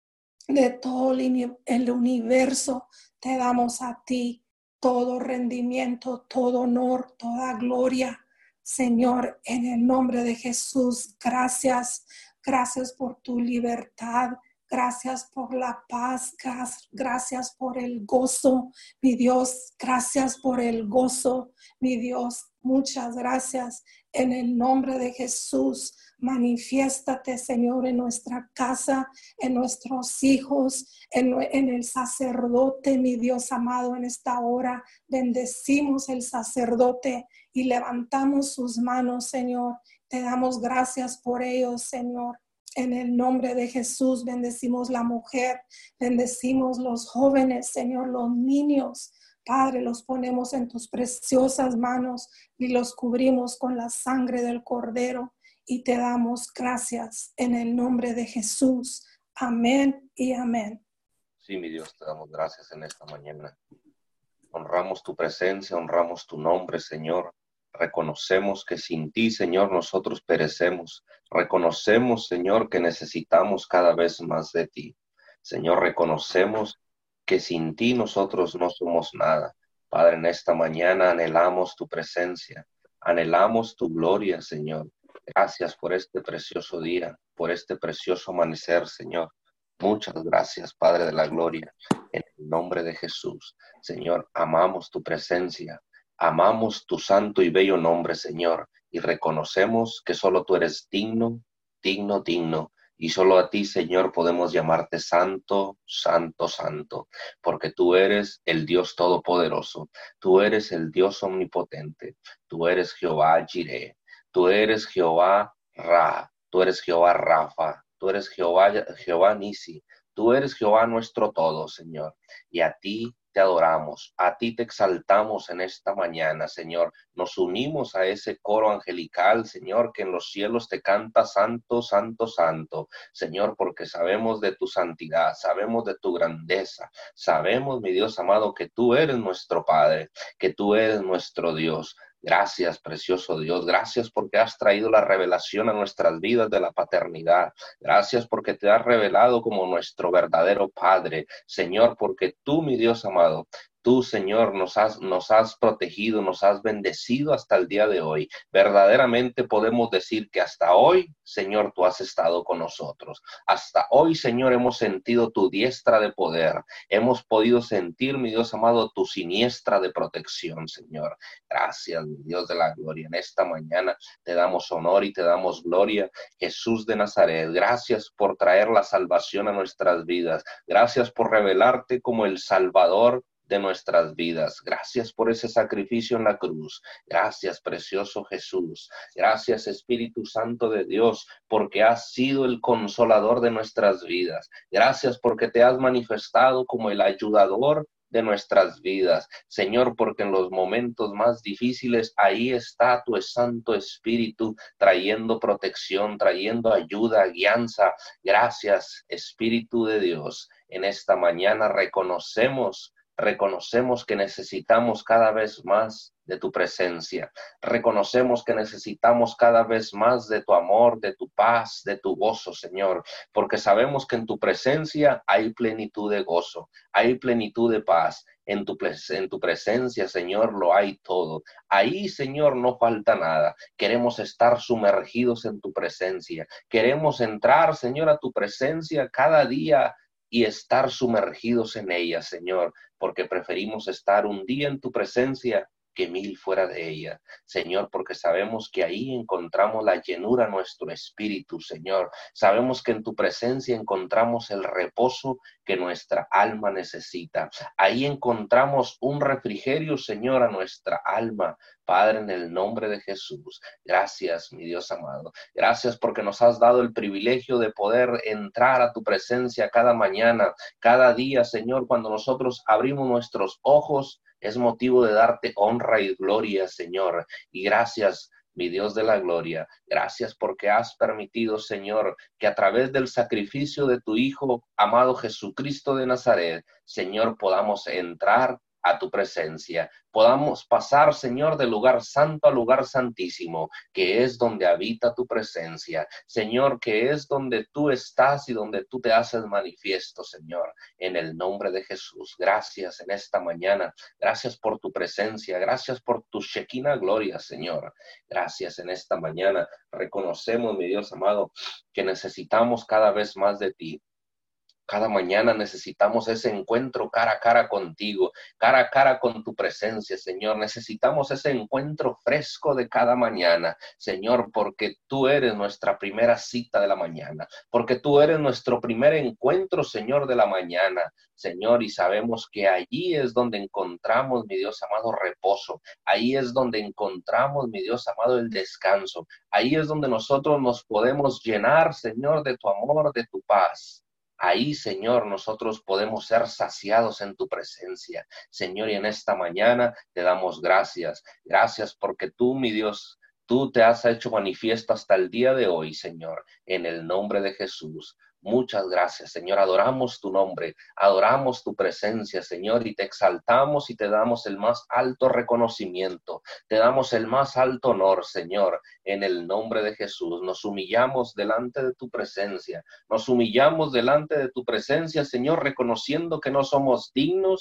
de todo el universo. Te damos a ti todo rendimiento, todo honor, toda gloria, Señor, en el nombre de Jesús. Gracias, gracias por tu libertad. Gracias por la paz, gracias por el gozo, mi Dios, gracias por el gozo, mi Dios, muchas gracias. En el nombre de Jesús, manifiéstate, Señor, en nuestra casa, en nuestros hijos, en, en el sacerdote, mi Dios amado, en esta hora. Bendecimos el sacerdote y levantamos sus manos, Señor. Te damos gracias por ellos, Señor. En el nombre de Jesús, bendecimos la mujer, bendecimos los jóvenes, Señor, los niños. Padre, los ponemos en tus preciosas manos y los cubrimos con la sangre del Cordero y te damos gracias en el nombre de Jesús. Amén y amén. Sí, mi Dios, te damos gracias en esta mañana. Honramos tu presencia, honramos tu nombre, Señor. Reconocemos que sin ti, Señor, nosotros perecemos. Reconocemos, Señor, que necesitamos cada vez más de ti. Señor, reconocemos que sin ti nosotros no somos nada. Padre, en esta mañana anhelamos tu presencia, anhelamos tu gloria, Señor. Gracias por este precioso día, por este precioso amanecer, Señor. Muchas gracias, Padre de la Gloria, en el nombre de Jesús. Señor, amamos tu presencia, amamos tu santo y bello nombre, Señor, y reconocemos que solo tú eres digno, digno, digno, y solo a ti, Señor, podemos llamarte santo, santo, santo, porque tú eres el Dios todopoderoso, tú eres el Dios omnipotente, tú eres Jehová Jireh, tú eres Jehová Ra, tú eres Jehová Rafa, tú eres Jehová, Jehová Nisi, tú eres Jehová nuestro todo, Señor, y a ti te adoramos, a ti te exaltamos en esta mañana, Señor. Nos unimos a ese coro angelical, Señor, que en los cielos te canta santo, santo, santo, Señor, porque sabemos de tu santidad, sabemos de tu grandeza, sabemos, mi Dios amado, que tú eres nuestro Padre, que tú eres nuestro Dios. Gracias, precioso Dios. Gracias porque has traído la revelación a nuestras vidas de la paternidad. Gracias porque te has revelado como nuestro verdadero Padre. Señor, porque tú, mi Dios amado, tú, Señor, nos has, nos has protegido, nos has bendecido hasta el día de hoy. Verdaderamente podemos decir que hasta hoy, Señor, tú has estado con nosotros. Hasta hoy, Señor, hemos sentido tu diestra de poder. Hemos podido sentir, mi Dios amado, tu siniestra de protección, Señor. Gracias, mi Dios de la gloria. En esta mañana te damos honor y te damos gloria. Jesús de Nazaret, gracias por traer la salvación a nuestras vidas. Gracias por revelarte como el Salvador de nuestras vidas. Gracias por ese sacrificio en la cruz. Gracias, precioso Jesús. Gracias, Espíritu Santo de Dios, porque has sido el consolador de nuestras vidas. Gracias porque te has manifestado como el ayudador de nuestras vidas, Señor, porque en los momentos más difíciles ahí está tu Santo Espíritu trayendo protección, trayendo ayuda, guianza. Gracias, Espíritu de Dios. En esta mañana reconocemos Reconocemos que necesitamos cada vez más de tu presencia. Reconocemos que necesitamos cada vez más de tu amor, de tu paz, de tu gozo, Señor, porque sabemos que en tu presencia hay plenitud de gozo, hay plenitud de paz. En tu, en tu presencia, Señor, lo hay todo. Ahí, Señor, no falta nada. Queremos estar sumergidos en tu presencia. Queremos entrar, Señor, a tu presencia cada día y estar sumergidos en ella, Señor, porque preferimos estar un día en tu presencia que mil fuera de ella, Señor, porque sabemos que ahí encontramos la llenura a nuestro espíritu, Señor. Sabemos que en tu presencia encontramos el reposo que nuestra alma necesita. Ahí encontramos un refrigerio, Señor, a nuestra alma. Padre, en el nombre de Jesús, gracias, mi Dios amado. Gracias porque nos has dado el privilegio de poder entrar a tu presencia cada mañana, cada día, Señor, cuando nosotros abrimos nuestros ojos. Es motivo de darte honra y gloria, Señor. Y gracias, mi Dios de la gloria. Gracias porque has permitido, Señor, que a través del sacrificio de tu Hijo, amado Jesucristo de Nazaret, Señor, podamos entrar a tu presencia. Podamos pasar, Señor, del lugar santo al lugar santísimo, que es donde habita tu presencia. Señor, que es donde tú estás y donde tú te haces manifiesto, Señor, en el nombre de Jesús. Gracias en esta mañana. Gracias por tu presencia. Gracias por tu Shekinah gloria, Señor. Gracias en esta mañana. Reconocemos, mi Dios amado, que necesitamos cada vez más de ti. Cada mañana necesitamos ese encuentro cara a cara contigo, cara a cara con tu presencia, Señor. Necesitamos ese encuentro fresco de cada mañana, Señor, porque tú eres nuestra primera cita de la mañana, porque tú eres nuestro primer encuentro, Señor, de la mañana, Señor, y sabemos que allí es donde encontramos, mi Dios amado, reposo. Ahí es donde encontramos, mi Dios amado, el descanso. Ahí es donde nosotros nos podemos llenar, Señor, de tu amor, de tu paz. Ahí, Señor, nosotros podemos ser saciados en tu presencia. Señor, y en esta mañana te damos gracias. Gracias porque tú, mi Dios, tú te has hecho manifiesto hasta el día de hoy, Señor, en el nombre de Jesús. Muchas gracias, Señor. Adoramos tu nombre, adoramos tu presencia, Señor, y te exaltamos y te damos el más alto reconocimiento. Te damos el más alto honor, Señor, en el nombre de Jesús. Nos humillamos delante de tu presencia. Nos humillamos delante de tu presencia, Señor, reconociendo que no somos dignos,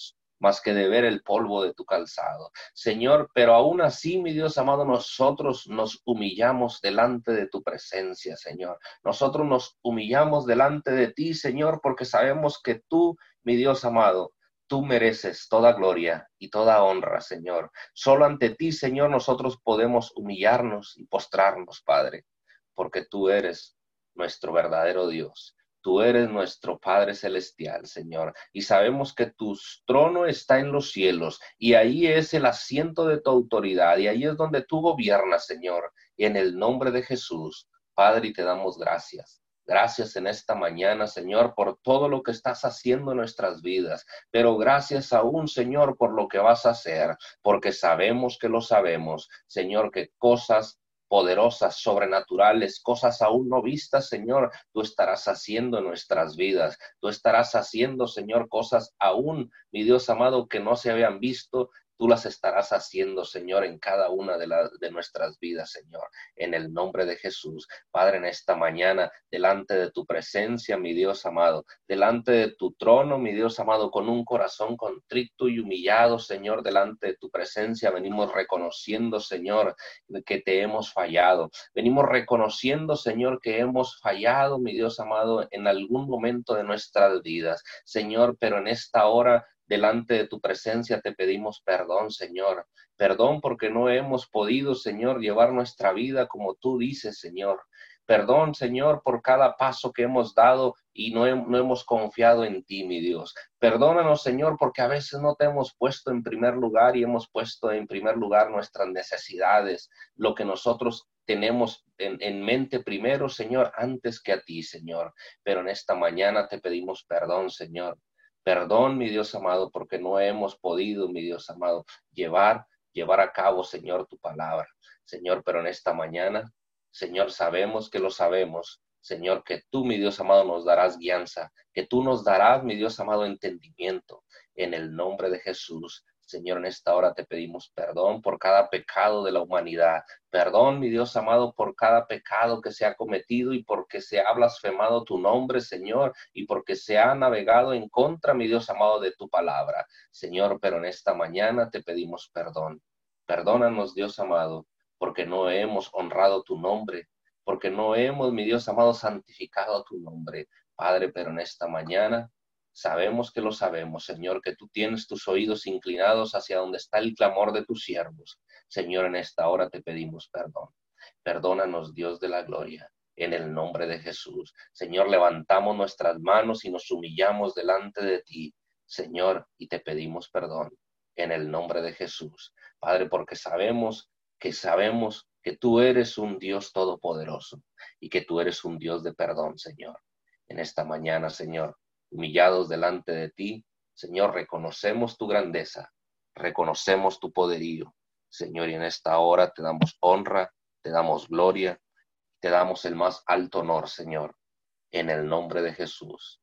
más que de ver el polvo de tu calzado. Señor, pero aún así, mi Dios amado, nosotros nos humillamos delante de tu presencia, Señor. Nosotros nos humillamos delante de ti, Señor, porque sabemos que tú, mi Dios amado, tú mereces toda gloria y toda honra, Señor. Solo ante ti, Señor, nosotros podemos humillarnos y postrarnos, Padre, porque tú eres nuestro verdadero Dios. Tú eres nuestro Padre Celestial, Señor, y sabemos que tu trono está en los cielos, y ahí es el asiento de tu autoridad, y ahí es donde tú gobiernas, Señor, y en el nombre de Jesús, Padre, y te damos gracias. Gracias en esta mañana, Señor, por todo lo que estás haciendo en nuestras vidas, pero gracias aún, Señor, por lo que vas a hacer, porque sabemos que lo sabemos, Señor, que cosas poderosas, sobrenaturales, cosas aún no vistas, Señor, tú estarás haciendo en nuestras vidas. Tú estarás haciendo, Señor, cosas aún, mi Dios amado, que no se habían visto. Tú las estarás haciendo, Señor, en cada una de, la, de nuestras vidas, Señor, en el nombre de Jesús. Padre, en esta mañana, delante de tu presencia, mi Dios amado, delante de tu trono, mi Dios amado, con un corazón contrito y humillado, Señor, delante de tu presencia, venimos reconociendo, Señor, que te hemos fallado. Venimos reconociendo, Señor, que hemos fallado, mi Dios amado, en algún momento de nuestras vidas, Señor, pero en esta hora, delante de tu presencia te pedimos perdón, Señor. Perdón porque no hemos podido, Señor, llevar nuestra vida como tú dices, Señor. Perdón, Señor, por cada paso que hemos dado y no, he, no hemos confiado en ti, mi Dios. Perdónanos, Señor, porque a veces no te hemos puesto en primer lugar y hemos puesto en primer lugar nuestras necesidades, lo que nosotros tenemos en, en mente primero, Señor, antes que a ti, Señor. Pero en esta mañana te pedimos perdón, Señor. Perdón, mi Dios amado, porque no hemos podido, mi Dios amado, llevar, llevar a cabo, Señor, tu palabra. Señor, pero en esta mañana, Señor, sabemos que lo sabemos. Señor, que tú, mi Dios amado, nos darás guianza, que tú nos darás, mi Dios amado, entendimiento. En el nombre de Jesús, Señor, en esta hora te pedimos perdón por cada pecado de la humanidad. Perdón, mi Dios amado, por cada pecado que se ha cometido y porque se ha blasfemado tu nombre, Señor, y porque se ha navegado en contra, mi Dios amado, de tu palabra. Señor, pero en esta mañana te pedimos perdón. Perdónanos, Dios amado, porque no hemos honrado tu nombre, porque no hemos, mi Dios amado, santificado tu nombre. Padre, pero en esta mañana sabemos que lo sabemos, Señor, que tú tienes tus oídos inclinados hacia donde está el clamor de tus siervos. Señor, en esta hora te pedimos perdón. Perdónanos, Dios de la gloria, en el nombre de Jesús. Señor, levantamos nuestras manos y nos humillamos delante de ti, Señor, y te pedimos perdón en el nombre de Jesús. Padre, porque sabemos que sabemos que tú eres un Dios todopoderoso y que tú eres un Dios de perdón, Señor. En esta mañana, Señor, humillados delante de ti, Señor, reconocemos tu grandeza, reconocemos tu poderío, Señor, y en esta hora te damos honra, te damos gloria, te damos el más alto honor, Señor, en el nombre de Jesús.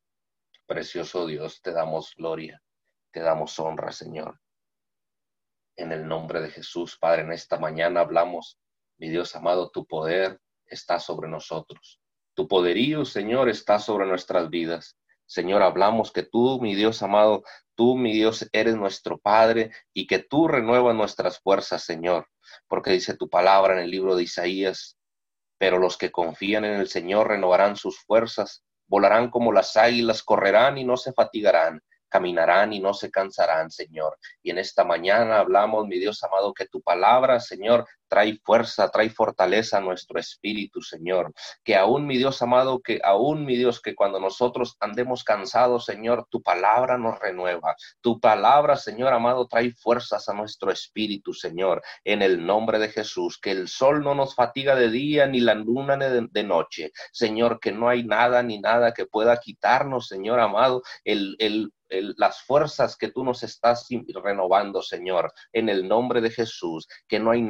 Precioso Dios, te damos gloria, te damos honra, Señor. En el nombre de Jesús, Padre, en esta mañana hablamos, mi Dios amado, tu poder está sobre nosotros. Tu poderío, Señor, está sobre nuestras vidas. Señor, hablamos que tú, mi Dios amado, tú, mi Dios, eres nuestro Padre y que tú renuevas nuestras fuerzas, Señor. Porque dice tu palabra en el libro de Isaías, pero los que confían en el Señor renovarán sus fuerzas, volarán como las águilas, correrán y no se fatigarán, caminarán y no se cansarán, Señor. Y en esta mañana hablamos, mi Dios amado, que tu palabra, Señor, trae fuerza, trae fortaleza a nuestro espíritu, Señor. Que aún, mi Dios amado, que aún, mi Dios, que cuando nosotros andemos cansados, Señor, tu palabra nos renueva. Tu palabra, Señor amado, trae fuerzas a nuestro espíritu, Señor. En el nombre de Jesús, que el sol no nos fatiga de día, ni la luna de, de noche. Señor, que no hay nada ni nada que pueda quitarnos, Señor amado, el, el El, las fuerzas que tú nos estás renovando, Señor, en el nombre de Jesús, que no hay nada que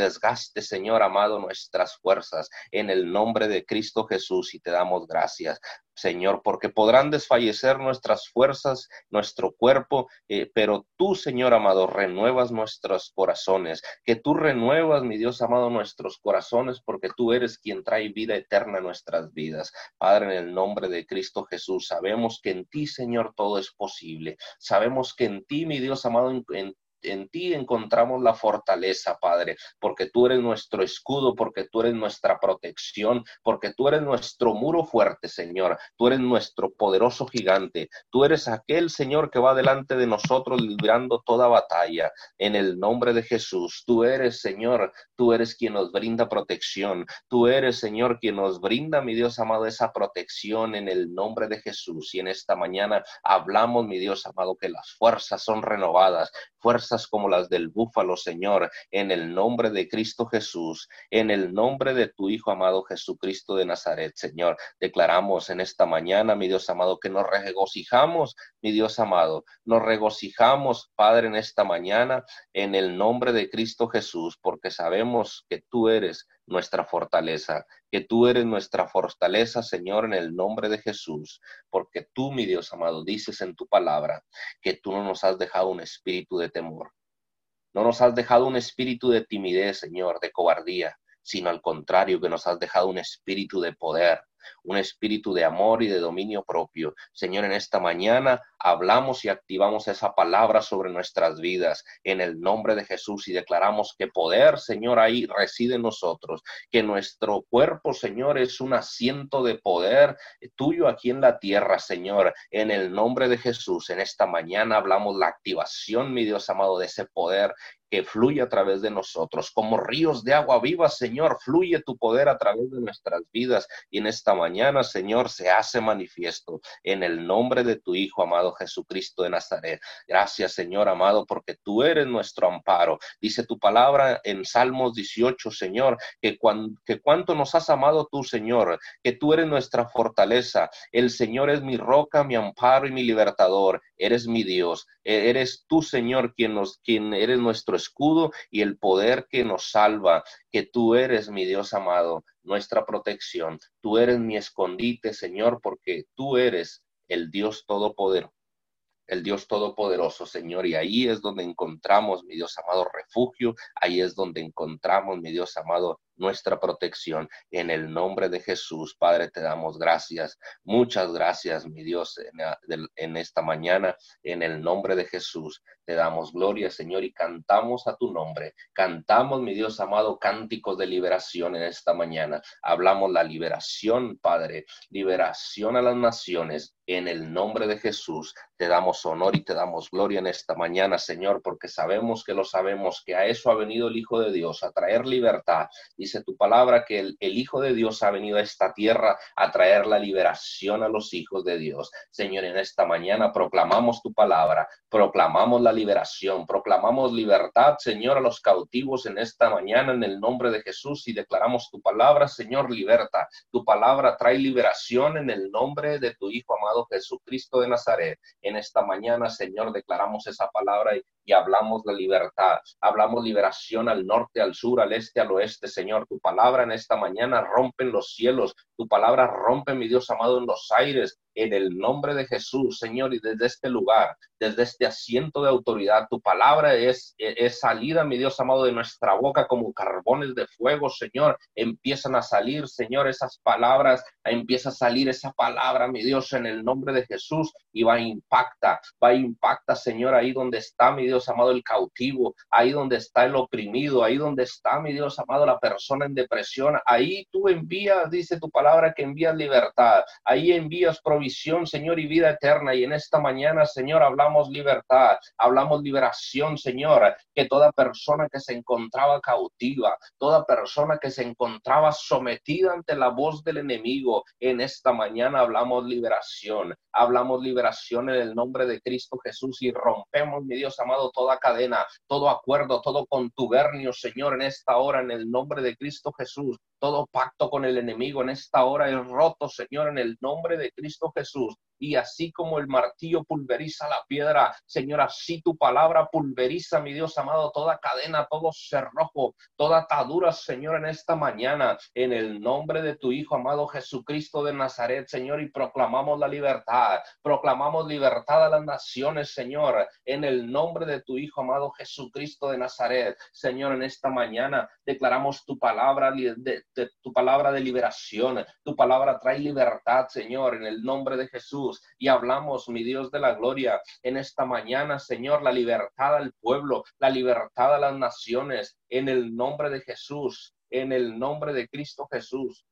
desgaste, Señor amado, nuestras fuerzas en el nombre de Cristo Jesús, y te damos gracias, Señor, porque podrán desfallecer nuestras fuerzas, nuestro cuerpo, eh, pero tú, Señor amado, renuevas nuestros corazones, que tú renuevas, mi Dios amado, nuestros corazones, porque tú eres quien trae vida eterna a nuestras vidas. Padre, en el nombre de Cristo Jesús, sabemos que en ti, Señor, todo es posible. Sabemos que en ti, mi Dios amado, en, en En ti encontramos la fortaleza, Padre, porque tú eres nuestro escudo, porque tú eres nuestra protección, porque tú eres nuestro muro fuerte, Señor. Tú eres nuestro poderoso gigante. Tú eres aquel, Señor, que va delante de nosotros librando toda batalla. En el nombre de Jesús, tú eres, Señor, tú eres quien nos brinda protección. Tú eres, Señor, quien nos brinda, mi Dios amado, esa protección en el nombre de Jesús. Y en esta mañana hablamos, mi Dios amado, que las fuerzas son renovadas, fuerzas como las del búfalo, Señor, en el nombre de Cristo Jesús, en el nombre de tu Hijo amado Jesucristo de Nazaret, Señor. Declaramos en esta mañana, mi Dios amado, que nos regocijamos, mi Dios amado, nos regocijamos, Padre, en esta mañana, en el nombre de Cristo Jesús, porque sabemos que tú eres nuestra fortaleza, que tú eres nuestra fortaleza, Señor, en el nombre de Jesús, porque tú, mi Dios amado, dices en tu palabra que tú no nos has dejado un espíritu de temor, no nos has dejado un espíritu de timidez, Señor, de cobardía, sino al contrario, que nos has dejado un espíritu de poder, un espíritu de amor y de dominio propio. Señor, en esta mañana hablamos y activamos esa palabra sobre nuestras vidas en el nombre de Jesús y declaramos que poder, Señor, ahí reside en nosotros, que nuestro cuerpo, Señor, es un asiento de poder tuyo aquí en la tierra, Señor, en el nombre de Jesús. En esta mañana hablamos la activación, mi Dios amado, de ese poder que fluye a través de nosotros, como ríos de agua viva, Señor, fluye tu poder a través de nuestras vidas, y en esta mañana, Señor, se hace manifiesto en el nombre de tu Hijo amado Jesucristo de Nazaret. Gracias, Señor amado, porque tú eres nuestro amparo. Dice tu palabra en Salmos dieciocho, Señor, que, cuan, que cuánto nos has amado tú, Señor, que tú eres nuestra fortaleza. El Señor es mi roca, mi amparo y mi libertador. Eres mi Dios. Eres tú, Señor, quien nos, quien eres nuestro escudo y el poder que nos salva, que tú eres, mi Dios amado, nuestra protección. Tú eres mi escondite, Señor, porque tú eres el Dios todopoderoso. El Dios Todopoderoso, Señor, y ahí es donde encontramos, mi Dios amado, refugio, ahí es donde encontramos, mi Dios amado, nuestra protección. En el nombre de Jesús, Padre, te damos gracias, muchas gracias, mi Dios, en, en esta mañana, en el nombre de Jesús, te damos gloria, Señor, y cantamos a tu nombre, cantamos, mi Dios amado, cánticos de liberación en esta mañana, hablamos la liberación, Padre, liberación a las naciones, en el nombre de Jesús, te damos honor y te damos gloria en esta mañana, Señor, porque sabemos que lo sabemos, que a eso ha venido el Hijo de Dios, a traer libertad. Dice tu palabra que el, el Hijo de Dios ha venido a esta tierra a traer la liberación a los hijos de Dios. Señor, en esta mañana proclamamos tu palabra, proclamamos la liberación, proclamamos libertad, Señor, a los cautivos en esta mañana en el nombre de Jesús y declaramos tu palabra, Señor, liberta. Tu palabra trae liberación en el nombre de tu Hijo amado Jesucristo de Nazaret. En esta mañana, Señor, declaramos esa palabra y, y hablamos de libertad. Hablamos liberación al norte, al sur, al este, al oeste, Señor. Tu palabra en esta mañana rompe en los cielos. Tu palabra rompe, mi Dios amado, en los aires. En el nombre de Jesús, Señor, y desde este lugar, desde este asiento de autoridad, tu palabra es, es salida, mi Dios amado, de nuestra boca como carbones de fuego, Señor. Empiezan a salir, Señor, esas palabras, empieza a salir esa palabra, mi Dios, en el nombre de Jesús, y va a impacta, va a impacta, Señor, ahí donde está, mi Dios amado, el cautivo, ahí donde está el oprimido, ahí donde está, mi Dios amado, la persona en depresión, ahí tú envías, dice tu palabra, que envías libertad, ahí envías provisión, visión, Señor, y vida eterna. Y en esta mañana, Señor, hablamos libertad, hablamos liberación, Señor, que toda persona que se encontraba cautiva, toda persona que se encontraba sometida ante la voz del enemigo, en esta mañana hablamos liberación, hablamos liberación en el nombre de Cristo Jesús y rompemos, mi Dios amado, toda cadena, todo acuerdo, todo contubernio, Señor, en esta hora, en el nombre de Cristo Jesús. Todo pacto con el enemigo en esta hora es roto, Señor, en el nombre de Cristo Jesús. y así como el martillo pulveriza la piedra, Señor, así tu palabra pulveriza, mi Dios amado, toda cadena, todo cerrojo, toda atadura, Señor, en esta mañana, en el nombre de tu Hijo amado Jesucristo de Nazaret, Señor, y proclamamos la libertad, proclamamos libertad a las naciones, Señor, en el nombre de tu Hijo amado Jesucristo de Nazaret, Señor, en esta mañana declaramos tu palabra de, de, de tu palabra de liberación, tu palabra trae libertad, Señor, en el nombre de Jesús, y hablamos, mi Dios de la gloria, en esta mañana, Señor, la libertad al pueblo, la libertad a las naciones, en el nombre de Jesús, en el nombre de Cristo Jesús.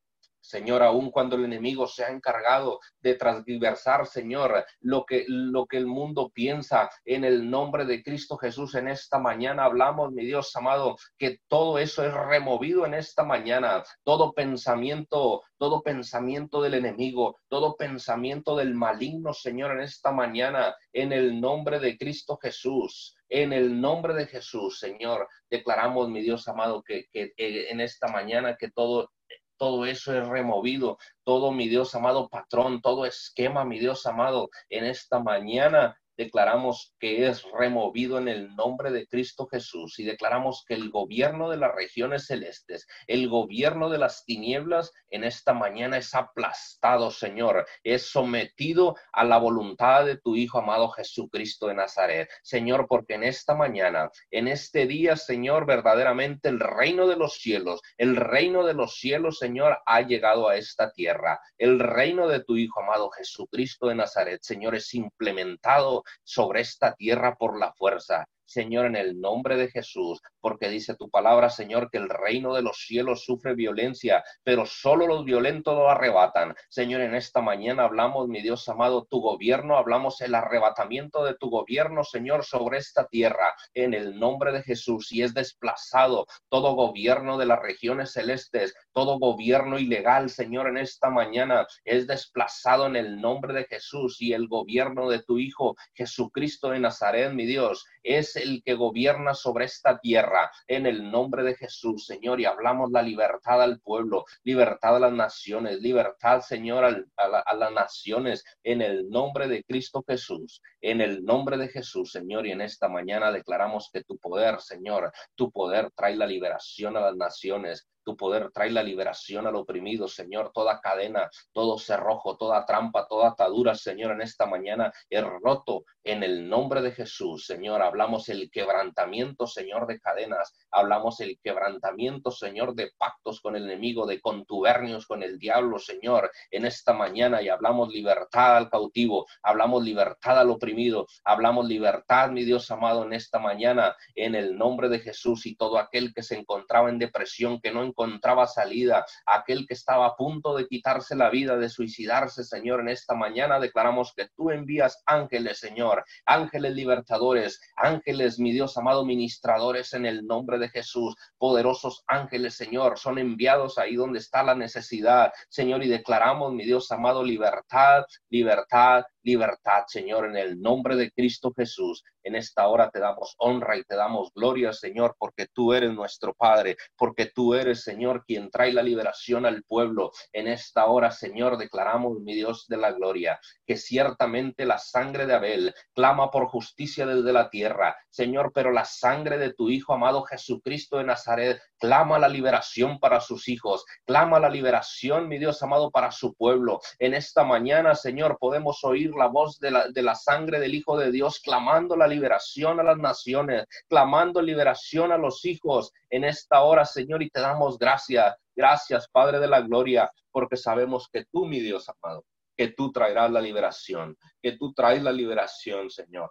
Señor, aun cuando el enemigo se ha encargado de transversar, Señor, lo que, lo que el mundo piensa, en el nombre de Cristo Jesús, en esta mañana hablamos, mi Dios amado, que todo eso es removido en esta mañana, todo pensamiento, todo pensamiento del enemigo, todo pensamiento del maligno, Señor, en esta mañana, en el nombre de Cristo Jesús. En el nombre de Jesús, Señor, declaramos, mi Dios amado, que, que eh, en esta mañana que todo Todo eso es removido, todo, mi Dios amado patrón, todo esquema, mi Dios amado, en esta mañana declaramos que es removido en el nombre de Cristo Jesús y declaramos que el gobierno de las regiones celestes, el gobierno de las tinieblas en esta mañana es aplastado, Señor, es sometido a la voluntad de tu Hijo amado Jesucristo de Nazaret, Señor, porque en esta mañana, en este día, Señor, verdaderamente el reino de los cielos, el reino de los cielos, Señor, ha llegado a esta tierra, el reino de tu Hijo amado Jesucristo de Nazaret, Señor, es implementado sobre esta tierra por la fuerza. Señor, en el nombre de Jesús, porque dice tu palabra, Señor, que el reino de los cielos sufre violencia, pero solo los violentos lo arrebatan. Señor, en esta mañana hablamos, mi Dios amado, tu gobierno, hablamos el arrebatamiento de tu gobierno, Señor, sobre esta tierra, en el nombre de Jesús, y es desplazado todo gobierno de las regiones celestes, todo gobierno ilegal, Señor, en esta mañana es desplazado en el nombre de Jesús, y el gobierno de tu Hijo Jesucristo de Nazaret, mi Dios, es el que gobierna sobre esta tierra, en el nombre de Jesús, Señor, y hablamos la libertad al pueblo, libertad a las naciones, libertad, Señor, al, a, la, a las naciones, en el nombre de Cristo Jesús, en el nombre de Jesús, Señor, y en esta mañana declaramos que tu poder, Señor, tu poder trae la liberación a las naciones, tu poder trae la liberación al oprimido, Señor, toda cadena, todo cerrojo, toda trampa, toda atadura, Señor, en esta mañana es roto en el nombre de Jesús, Señor. Hablamos el quebrantamiento, Señor, de cadenas, hablamos el quebrantamiento, Señor, de pactos con el enemigo, de contubernios con el diablo, Señor, en esta mañana, y hablamos libertad al cautivo, hablamos libertad al oprimido, hablamos libertad, mi Dios amado, en esta mañana, en el nombre de Jesús, y todo aquel que se encontraba en depresión, que no encontraba salida, aquel que estaba a punto de quitarse la vida, de suicidarse, Señor, en esta mañana declaramos que tú envías ángeles, Señor, ángeles libertadores, ángeles, mi Dios amado, ministradores en el nombre de Jesús, poderosos ángeles, Señor, son enviados ahí donde está la necesidad, Señor, y declaramos, mi Dios amado, libertad, libertad, libertad, Señor, en el nombre de Cristo Jesús. En esta hora te damos honra y te damos gloria, Señor, porque tú eres nuestro Padre, porque tú eres, Señor, quien trae la liberación al pueblo. En esta hora, Señor, declaramos, mi Dios de la gloria, que ciertamente la sangre de Abel clama por justicia desde la tierra, Señor, pero la sangre de tu Hijo amado Jesucristo de Nazaret clama la liberación para sus hijos, clama la liberación, mi Dios amado, para su pueblo. En esta mañana, Señor, podemos oír la voz de la, de la sangre del Hijo de Dios clamando la liberación a las naciones, clamando liberación a los hijos en esta hora, Señor, y te damos gracias, gracias, Padre de la gloria, porque sabemos que tú, mi Dios amado, que tú traerás la liberación, que tú traes la liberación, Señor.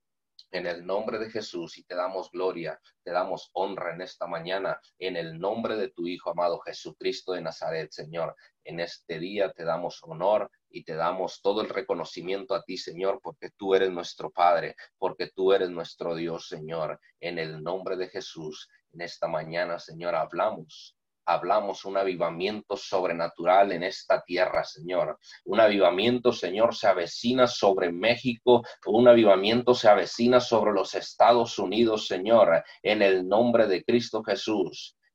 En el nombre de Jesús, y te damos gloria, te damos honra en esta mañana, en el nombre de tu Hijo amado Jesucristo de Nazaret, Señor. En este día te damos honor y te damos todo el reconocimiento a ti, Señor, porque tú eres nuestro Padre, porque tú eres nuestro Dios, Señor. En el nombre de Jesús, en esta mañana, Señor, hablamos. Hablamos un avivamiento sobrenatural en esta tierra, Señor. Un avivamiento, Señor, se avecina sobre México. Un avivamiento se avecina sobre los Estados Unidos, Señor, en el nombre de Cristo Jesús.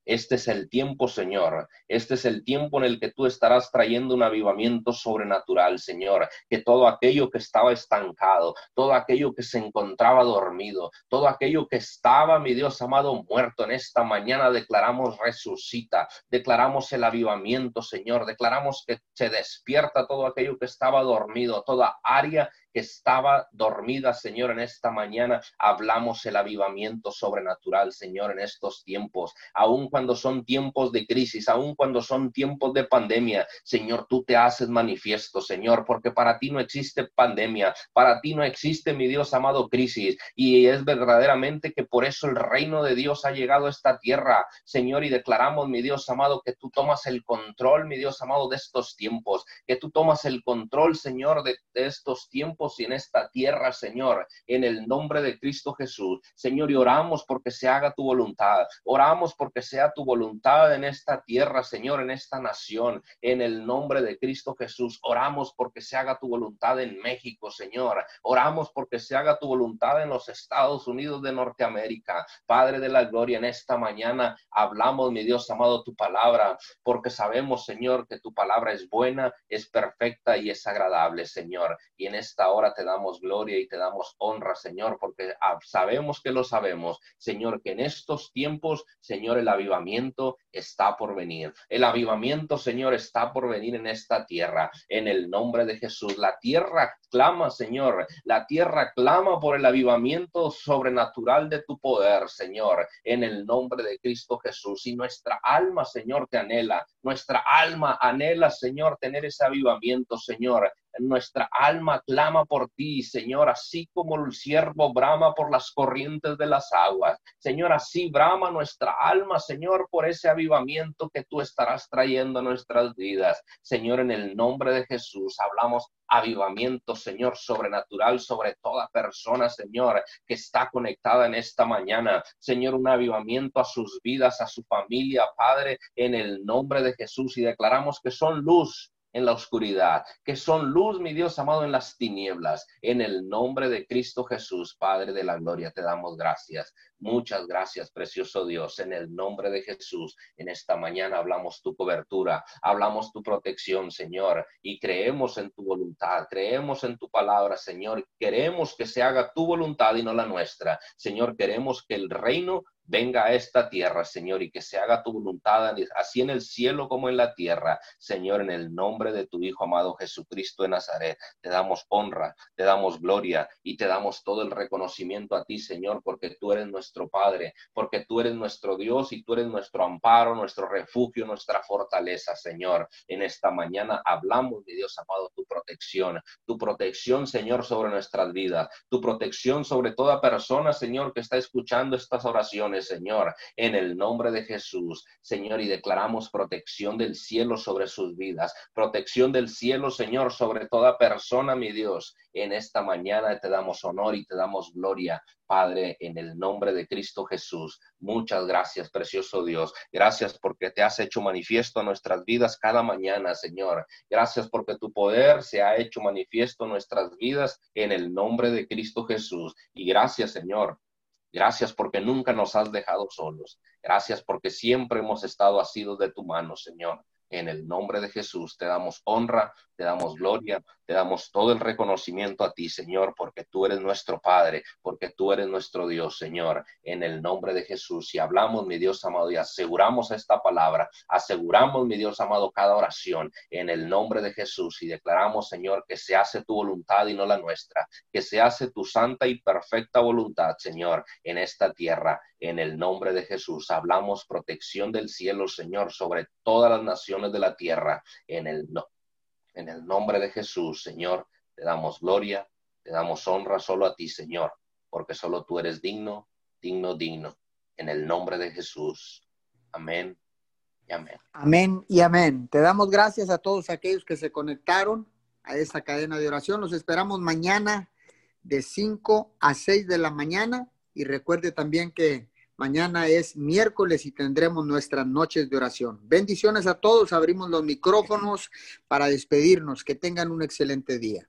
Este es el tiempo, Señor. Este es el tiempo en el que tú estarás trayendo un avivamiento sobrenatural, Señor. Que todo aquello que estaba estancado, todo aquello que se encontraba dormido, todo aquello que estaba, mi Dios amado, muerto, en esta mañana declaramos resucita, declaramos el avivamiento, Señor, declaramos que se despierta todo aquello que estaba dormido, toda área que estaba dormida, Señor, en esta mañana hablamos el avivamiento sobrenatural, Señor, en estos tiempos, aun cuando son tiempos de crisis, aun cuando son tiempos de pandemia, Señor, tú te haces manifiesto, Señor, porque para ti no existe pandemia, para ti no existe, mi Dios amado, crisis, y es verdaderamente que por eso el reino de Dios ha llegado a esta tierra, Señor, y declaramos, mi Dios amado, que tú tomas el control, mi Dios amado, de estos tiempos, que tú tomas el control, Señor, de, de estos tiempos y en esta tierra, Señor, en el nombre de Cristo Jesús, Señor, y oramos porque se haga tu voluntad, oramos porque sea tu voluntad en esta tierra, Señor, en esta nación, en el nombre de Cristo Jesús, oramos porque se haga tu voluntad en México, Señor, oramos porque se haga tu voluntad en los Estados Unidos de Norteamérica, Padre de la gloria, en esta mañana hablamos, mi Dios amado, tu palabra, porque sabemos, Señor, que tu palabra es buena, es perfecta y es agradable, Señor, y en esta hora te damos gloria y te damos honra, Señor, porque sabemos que lo sabemos, Señor, que en estos tiempos, Señor, el avivamiento está por venir. El avivamiento, Señor, está por venir en esta tierra, en el nombre de Jesús. La tierra clama, Señor, la tierra clama por el avivamiento sobrenatural de tu poder, Señor, en el nombre de Cristo Jesús. Y nuestra alma, Señor, te anhela, nuestra alma anhela, Señor, tener ese avivamiento, Señor. Nuestra alma clama por ti, Señor, así como el ciervo brama por las corrientes de las aguas. Señor, así brama nuestra alma, Señor, por ese avivamiento que tú estarás trayendo a nuestras vidas. Señor, en el nombre de Jesús, hablamos avivamiento, Señor, sobrenatural sobre toda persona, Señor, que está conectada en esta mañana. Señor, un avivamiento a sus vidas, a su familia, Padre, en el nombre de Jesús. Y declaramos que son luz en la oscuridad, que son luz, mi Dios amado, en las tinieblas, en el nombre de Cristo Jesús, Padre de la gloria, te damos gracias, muchas gracias, precioso Dios, en el nombre de Jesús, en esta mañana hablamos tu cobertura, hablamos tu protección, Señor, y creemos en tu voluntad, creemos en tu palabra, Señor, queremos que se haga tu voluntad y no la nuestra, Señor, queremos que el reino venga a esta tierra, Señor, y que se haga tu voluntad, así en el cielo como en la tierra. Señor, en el nombre de tu Hijo amado Jesucristo de Nazaret, te damos honra, te damos gloria y te damos todo el reconocimiento a ti, Señor, porque tú eres nuestro Padre, porque tú eres nuestro Dios y tú eres nuestro amparo, nuestro refugio, nuestra fortaleza, Señor. En esta mañana hablamos, mi Dios amado, tu protección, tu protección, Señor, sobre nuestras vidas, tu protección sobre toda persona, Señor, que está escuchando estas oraciones, Señor, en el nombre de Jesús, Señor, y declaramos protección del cielo sobre sus vidas, protección del cielo, Señor, sobre toda persona, mi Dios, en esta mañana te damos honor y te damos gloria, Padre, en el nombre de Cristo Jesús. Muchas gracias, precioso Dios. Gracias porque te has hecho manifiesto en nuestras vidas cada mañana, Señor. Gracias porque tu poder se ha hecho manifiesto en nuestras vidas en el nombre de Cristo Jesús. Y gracias, Señor. Gracias porque nunca nos has dejado solos. Gracias porque siempre hemos estado asidos de tu mano, Señor. En el nombre de Jesús te damos honra, te damos gloria, te damos todo el reconocimiento a ti, Señor, porque tú eres nuestro Padre, porque tú eres nuestro Dios, Señor, en el nombre de Jesús. Y hablamos, mi Dios amado, y aseguramos esta palabra, aseguramos, mi Dios amado, cada oración en el nombre de Jesús y declaramos, Señor, que se hace tu voluntad y no la nuestra, que se hace tu santa y perfecta voluntad, Señor, en esta tierra, en el nombre de Jesús. Hablamos protección del cielo, Señor, sobre todas las naciones de la tierra, en el no. En el nombre de Jesús, Señor, te damos gloria, te damos honra solo a ti, Señor, porque solo tú eres digno, digno, digno. En el nombre de Jesús. Amén y amén. Amén y amén. Te damos gracias a todos aquellos que se conectaron a esta cadena de oración. Los esperamos mañana de cinco a seis de la mañana. Y recuerde también que mañana es miércoles y tendremos nuestras noches de oración. Bendiciones a todos. Abrimos los micrófonos para despedirnos. Que tengan un excelente día.